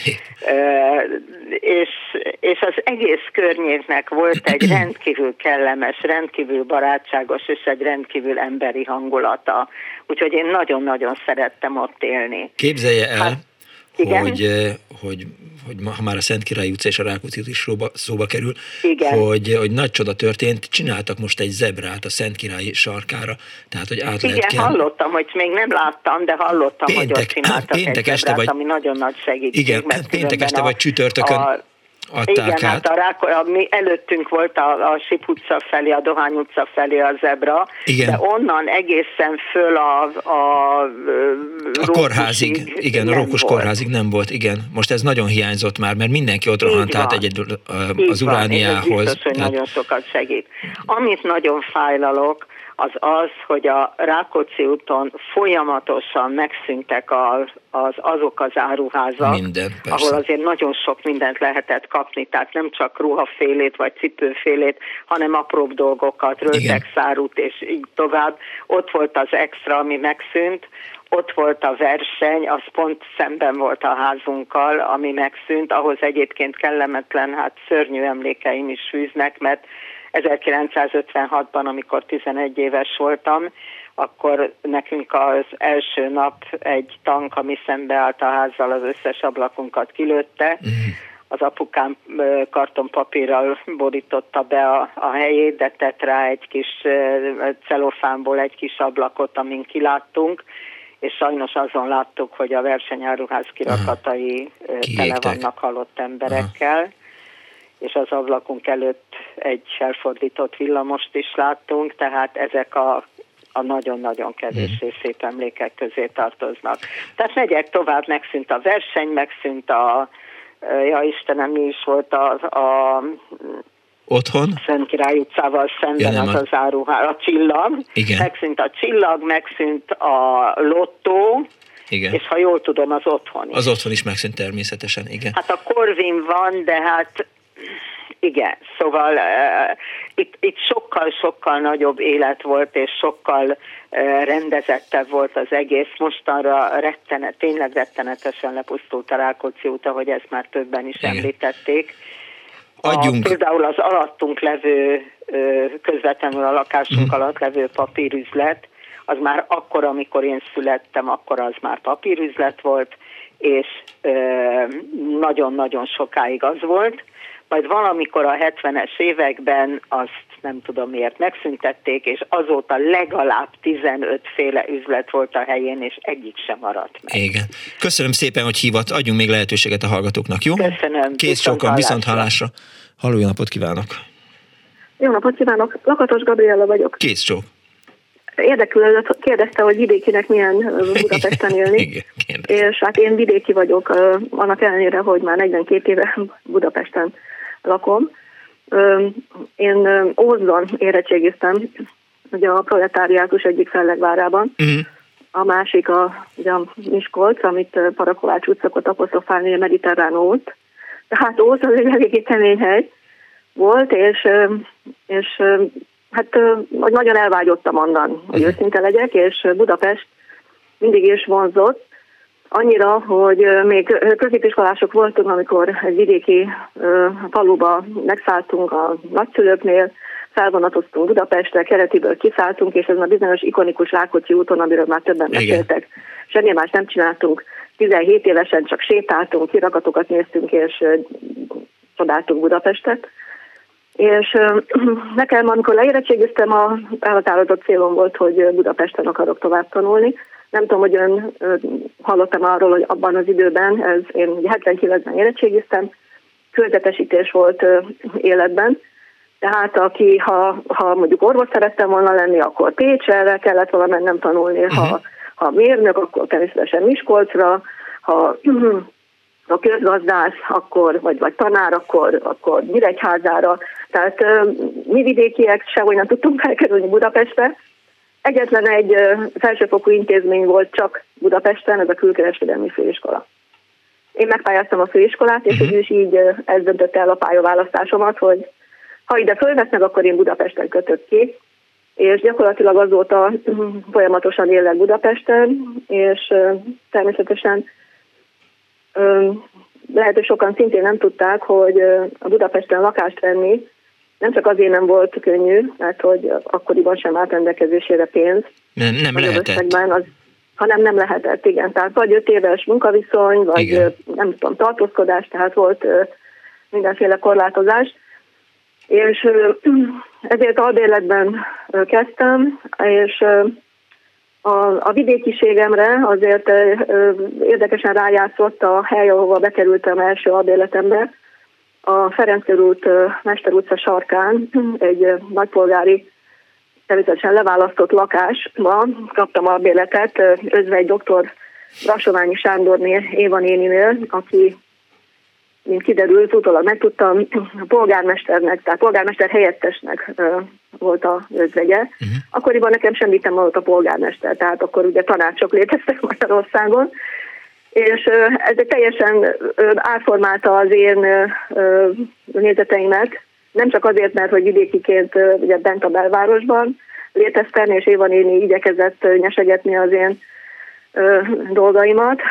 És az egész környéknek volt egy rendkívül kellemes, rendkívül barátságos, és egy rendkívül emberi hangulata. Úgyhogy én nagyon-nagyon szerettem ott élni. Képzelje el, hogy ha már a Szent Király utca és a Rákóczi is szóba kerül, hogy nagy csoda történt, csináltak most egy zebrát a Szent Király sarkára, tehát hogy át lehet Igen, hallottam, hogy még nem láttam, de hallottam, hogy ott csináltak egy zebrát, ami nagyon nagy segítség. Igen, péntek este vagy csütörtökön adták igen, át. Hát mi előttünk volt a Sip utca felé, a Dohány utca felé a zebra, de onnan egészen föl a kórházig, igen, a Rókus kórházig nem volt, igen. Most ez nagyon hiányzott már, mert mindenki ott rohant át egyedül az Urániához. Biztos, hogy nagyon sokat segít. Amit nagyon fájlalok, az, hogy a Rákóczi úton folyamatosan megszűntek azok az áruházak, ahol azért nagyon sok mindent lehetett kapni, tehát nem csak ruhafélét vagy cipőfélét, hanem apróbb dolgokat, röltekszárút és így tovább. Ott volt az extra, ami megszűnt, ott volt a verseny, az pont szemben volt a házunkkal, ami megszűnt, ahhoz egyébként kellemetlen, hát szörnyű emlékeim is fűznek, mert 1956-ban, amikor 11 éves voltam, akkor nekünk az első nap egy tank, ami szembeállt a házzal, az összes ablakunkat kilőtte. Az apukám kartonpapírral borította be a helyét, de tett rá egy kis celofánból egy kis ablakot, amin kiláttunk, és sajnos azon láttuk, hogy a versenyáruház kirakatai tele vannak halott emberekkel. És az ablakunk előtt egy elfordított villamost is láttunk, tehát ezek a nagyon-nagyon kevéssé szép emlékek közé tartoznak. Tehát megyek tovább, megszűnt a verseny, megszűnt ja Istenem, mi is volt a otthon? Szent Király utcával szemben az áruház, a Csillag. Igen. Megszűnt a Csillag, megszűnt a Lottó, igen. És ha jól tudom, az otthon is. Az otthon is megszűnt természetesen, igen. Hát a Corvin van, de hát igen, szóval itt sokkal-sokkal nagyobb élet volt, és sokkal rendezettebb volt az egész. Mostanra tényleg rettenetesen lepusztult a Rákóczi út, ahogy ezt már többen is említették. Például az alattunk levő, közvetlenül a lakásunk alatt levő papírüzlet, az már akkor, amikor én születtem, akkor az már papírüzlet volt, és nagyon-nagyon sokáig az volt. Majd valamikor a 70-es években azt nem tudom miért megszüntették, és azóta legalább 15 féle üzlet volt a helyén, és egyik sem maradt meg. Igen. Köszönöm szépen, hogy hívott, adjunk még lehetőséget a hallgatóknak, jó? Köszönöm. Kész sokan, viszont hallásra. Halló, jó napot kívánok! Jó napot kívánok, Lakatos Gabriella vagyok. Kész csók. Érdeklődött, kérdezte, hogy vidékinek milyen Budapesten élni, és hát én vidéki vagyok, annak ellenére, hogy már 42 éve Budapesten lakom. Én Ózdon érettségiztem, ugye a proletáriátus egyik fellegvárában, a másik ugye a Miskolc, amit Parakovács úgy szokott apostrofálni, a mediterrán út. Tehát Ózd az egy eléggé kemény hely volt, és hát nagyon elvágyottam onnan, hogy őszinte legyek, és Budapest mindig is vonzott, annyira, hogy még középiskolások voltunk, amikor egy vidéki faluba megszálltunk a nagyszülőknél, felvonatoztunk Budapestre, Keretiből kiszálltunk, és ez a bizonyos ikonikus Rákóczi úton, amiről már többen beszéltek. Semmi más nem csináltunk. 17 évesen csak sétáltunk, kirakatokat néztünk, és csodáltunk Budapestet. És nekem, amikor leérettségiztem, elhatározott célom volt, hogy Budapesten akarok tovább tanulni. Nem tudom, hogy ön hallottam arról, hogy abban az időben, én 79-ben érettségiztem, költetesítés volt életben. Tehát aki, ha mondjuk orvos szerettem volna lenni, akkor Pécselre kellett volna mennem tanulni, ha mérnök, akkor természetesen Miskolcra, ha közgazdász, akkor, vagy tanár, akkor Nyíregyházára. Tehát mi vidékiek sehogy nem tudtunk felkerülni Budapestre. Egyetlen egy felsőfokú intézmény volt csak Budapesten, ez a Külkereskedelmi Főiskola. Én megpályáztam a főiskolát, és úgyis így ez döntött el a pályaválasztásomat, hogy ha ide fölvesznek, akkor én Budapesten kötök ki, és gyakorlatilag azóta folyamatosan élek Budapesten, és természetesen lehet, hogy sokan szintén nem tudták, hogy a Budapesten lakást venni nem csak azért nem volt könnyű, mert hogy akkoriban sem állt rendelkezésére pénz. Nem lehetett. Hanem nem lehetett, igen. Tehát vagy 5 éves munkaviszony, vagy igen, nem tudom, tartózkodás, tehát volt mindenféle korlátozás. És ezért albérletben kezdtem, és a vidékiségemre azért érdekesen rájátszott a hely, ahova bekerültem első albérletembe, a Ferenc körút, Mester utca sarkán egy nagypolgári, természetesen leválasztott lakásban kaptam albérletet Özvegy dr. Brassoványi Sándorné, Éva néninél, aki, mint kiderült, utólag megtudtam, a polgármesternek, tehát polgármester helyettesnek volt az özvegye. Akkoriban nekem semmit nem volt a polgármester, tehát akkor ugye tanácsok léteztek Magyarországon, és ez teljesen átformálta az én nézeteimet, nem csak azért, mert hogy vidékiként ugye bent a belvárosban léteztem, és Éva néni igyekezett nyesegetni az én dolgaimat.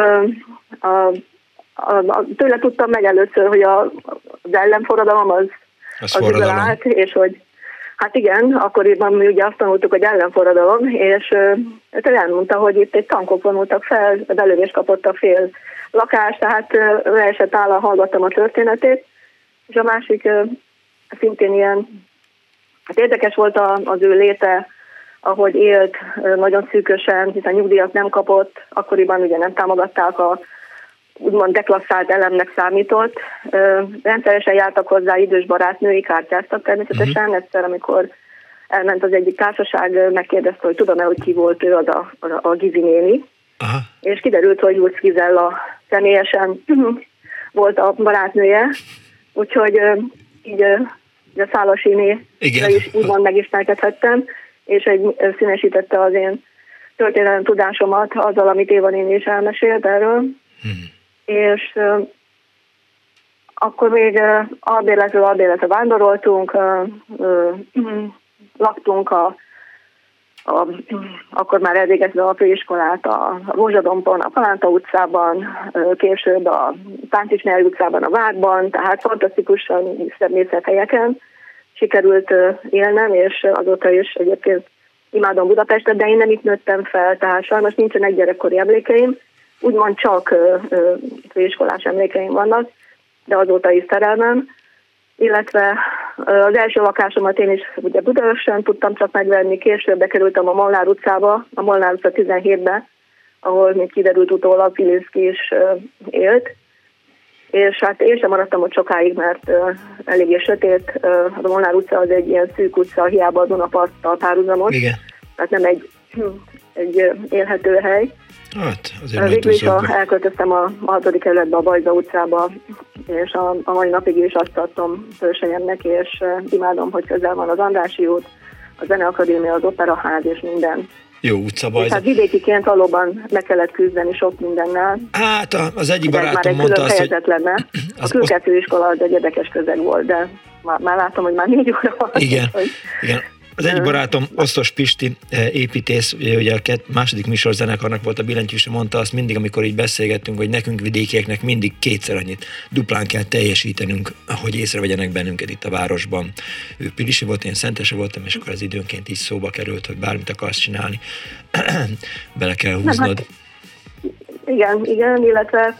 Tőle tudtam meg először, hogy az ellenforradalom az állt, és hogy hát igen, akkoriban mi ugye azt tanultuk, hogy ellenforradalom, és elmondta, hogy itt egy tankok vonultak fel, belövést kapott a fél lakás, tehát leesett áll, hallgattam a történetét, és a másik szintén ilyen, hát érdekes volt az ő léte, ahogy élt, nagyon szűkösen, hiszen nyugdíjat nem kapott, akkoriban ugye nem támogatták a úgymond deklasszált elemnek számított. Rendszeresen jártak hozzá idős barátnői, kártyáztak természetesen. Egyszer, amikor elment az egyik társaság, megkérdezte, hogy tudom-e, hogy ki volt ő, az a Gizi néni. És kiderült, hogy Lutz Gizella személyesen volt a barátnője. Úgyhogy így a Szálasiné is úgymond megismerkedhettem, és színesítette az én történelem tudásomat azzal, amit Éva néni is elmesélt erről. És akkor még albérletről vándoroltunk, laktunk akkor már elvégezve a főiskolát a Rózsadombon, a Palánta utcában, később a Táncsics Nyári utcában, a Várban, tehát fantasztikusan személyzett helyeken sikerült élnem, és azóta is egyébként imádom Budapestet, de én nem itt nőttem fel, tehát sajnos nincsenek gyerekkori emlékeim, úgymond csak főiskolás emlékeim vannak, de azóta is szerelmem, illetve az első lakásomat én is ugye Budaörsön tudtam csak megvenni, később bekerültem a Molnár utcába, a Molnár utca 17-be, ahol még kiderült utólag Pilinszky is élt, és hát én sem maradtam ott sokáig, mert eléggé sötét, a Molnár utca az egy ilyen szűk utca, hiába a Dunaparttal párhuzamos, tehát nem egy élhető hely. Hát, azért végül is elköltöztem a 6. kerületbe, a Bajza utcába, és a mai napig is azt tartom fősejemnek, és imádom, hogy közel van az Andrássy út, a Zeneakadémia, az Operaház és minden. Jó utca, Bajza. Hát vidékiként valóban meg kellett küzdeni sok mindennel. Hát az egyik barátom mondta azt, hogy... A külkettőiskola az egy érdekes közeg volt, de már látom, hogy már 4 óra van. Igen. Az egyik barátom, Osztos Pisti építész, ugye a második műsorzenekarnak volt a billentyűse, mondta azt mindig, amikor így beszélgettünk, hogy nekünk vidékieknek mindig 2-szer annyit duplán kell teljesítenünk, hogy észrevegyenek bennünket itt a városban. Ő pilisi volt, én szentese voltam, és akkor az időnként így szóba került, hogy bármit akarsz csinálni, bele kell húznod. Igen, illetve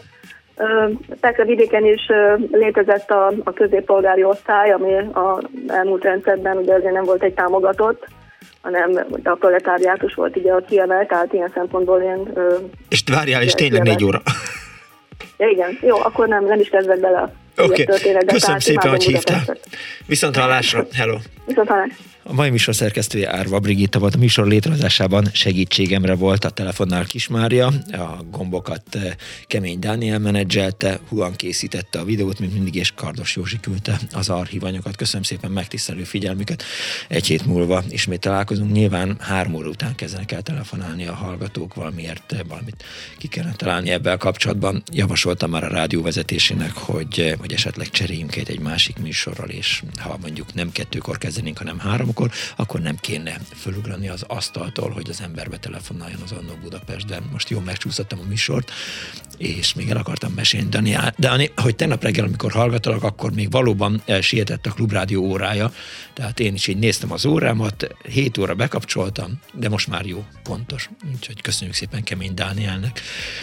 persze vidéken is létezett a középpolgári osztály, ami az elmúlt rendszerben ugye azért nem volt egy támogatott, hanem a proletáriátus volt ugye a kiemelt, tehát ilyen szempontból én... És várjál, és tényleg 4 óra. Ja, igen, jó, akkor nem is kezdek bele. Oké, köszönöm szépen, hogy hívtál. Viszonthallásra, hello! Viszonthallásra! A mai műsor szerkesztője Árva Brigitta volt, a műsor létrehozásában segítségemre volt a telefonnál Kismária, a gombokat Kemény Dániel menedzselte, Huan készítette a videót, mint mindig, és Kardos Józsi küldte az archívanyokat. Köszönöm szépen megtisztelő figyelmüket. 1 hét múlva ismét találkozunk. Nyilván 3 óra után kezdenek el telefonálni a hallgatók, valamit ki kellene találni ebben kapcsolatban. Javasoltam már a rádió vezetésének, hogy esetleg cseréljünk egy másik műsorral, és ha mondjuk nem 2-kor kezdenénk, hanem 3, akkor nem kéne fölugrani az asztaltól, hogy az ember betelefonáljon az Annó Budapest, de most jól megcsúsztattam a műsort, és még el akartam mesélni, Dani, hogy tegnap reggel, amikor hallgattalak, akkor még valóban sietett a Klubrádió órája, tehát én is így néztem az órámat, 7 óra bekapcsoltam, de most már jó, pontos. Úgyhogy köszönjük szépen Kemény Dánielnek.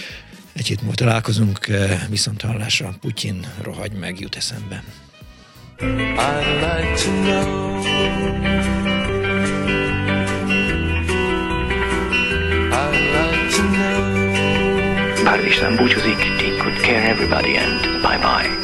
1 hét múlva találkozunk, viszonthallásra. Putyin rohagy meg, jut eszembe. I'd like to know, I'd like to know. Pál István búcsúzik, take good care everybody and bye-bye.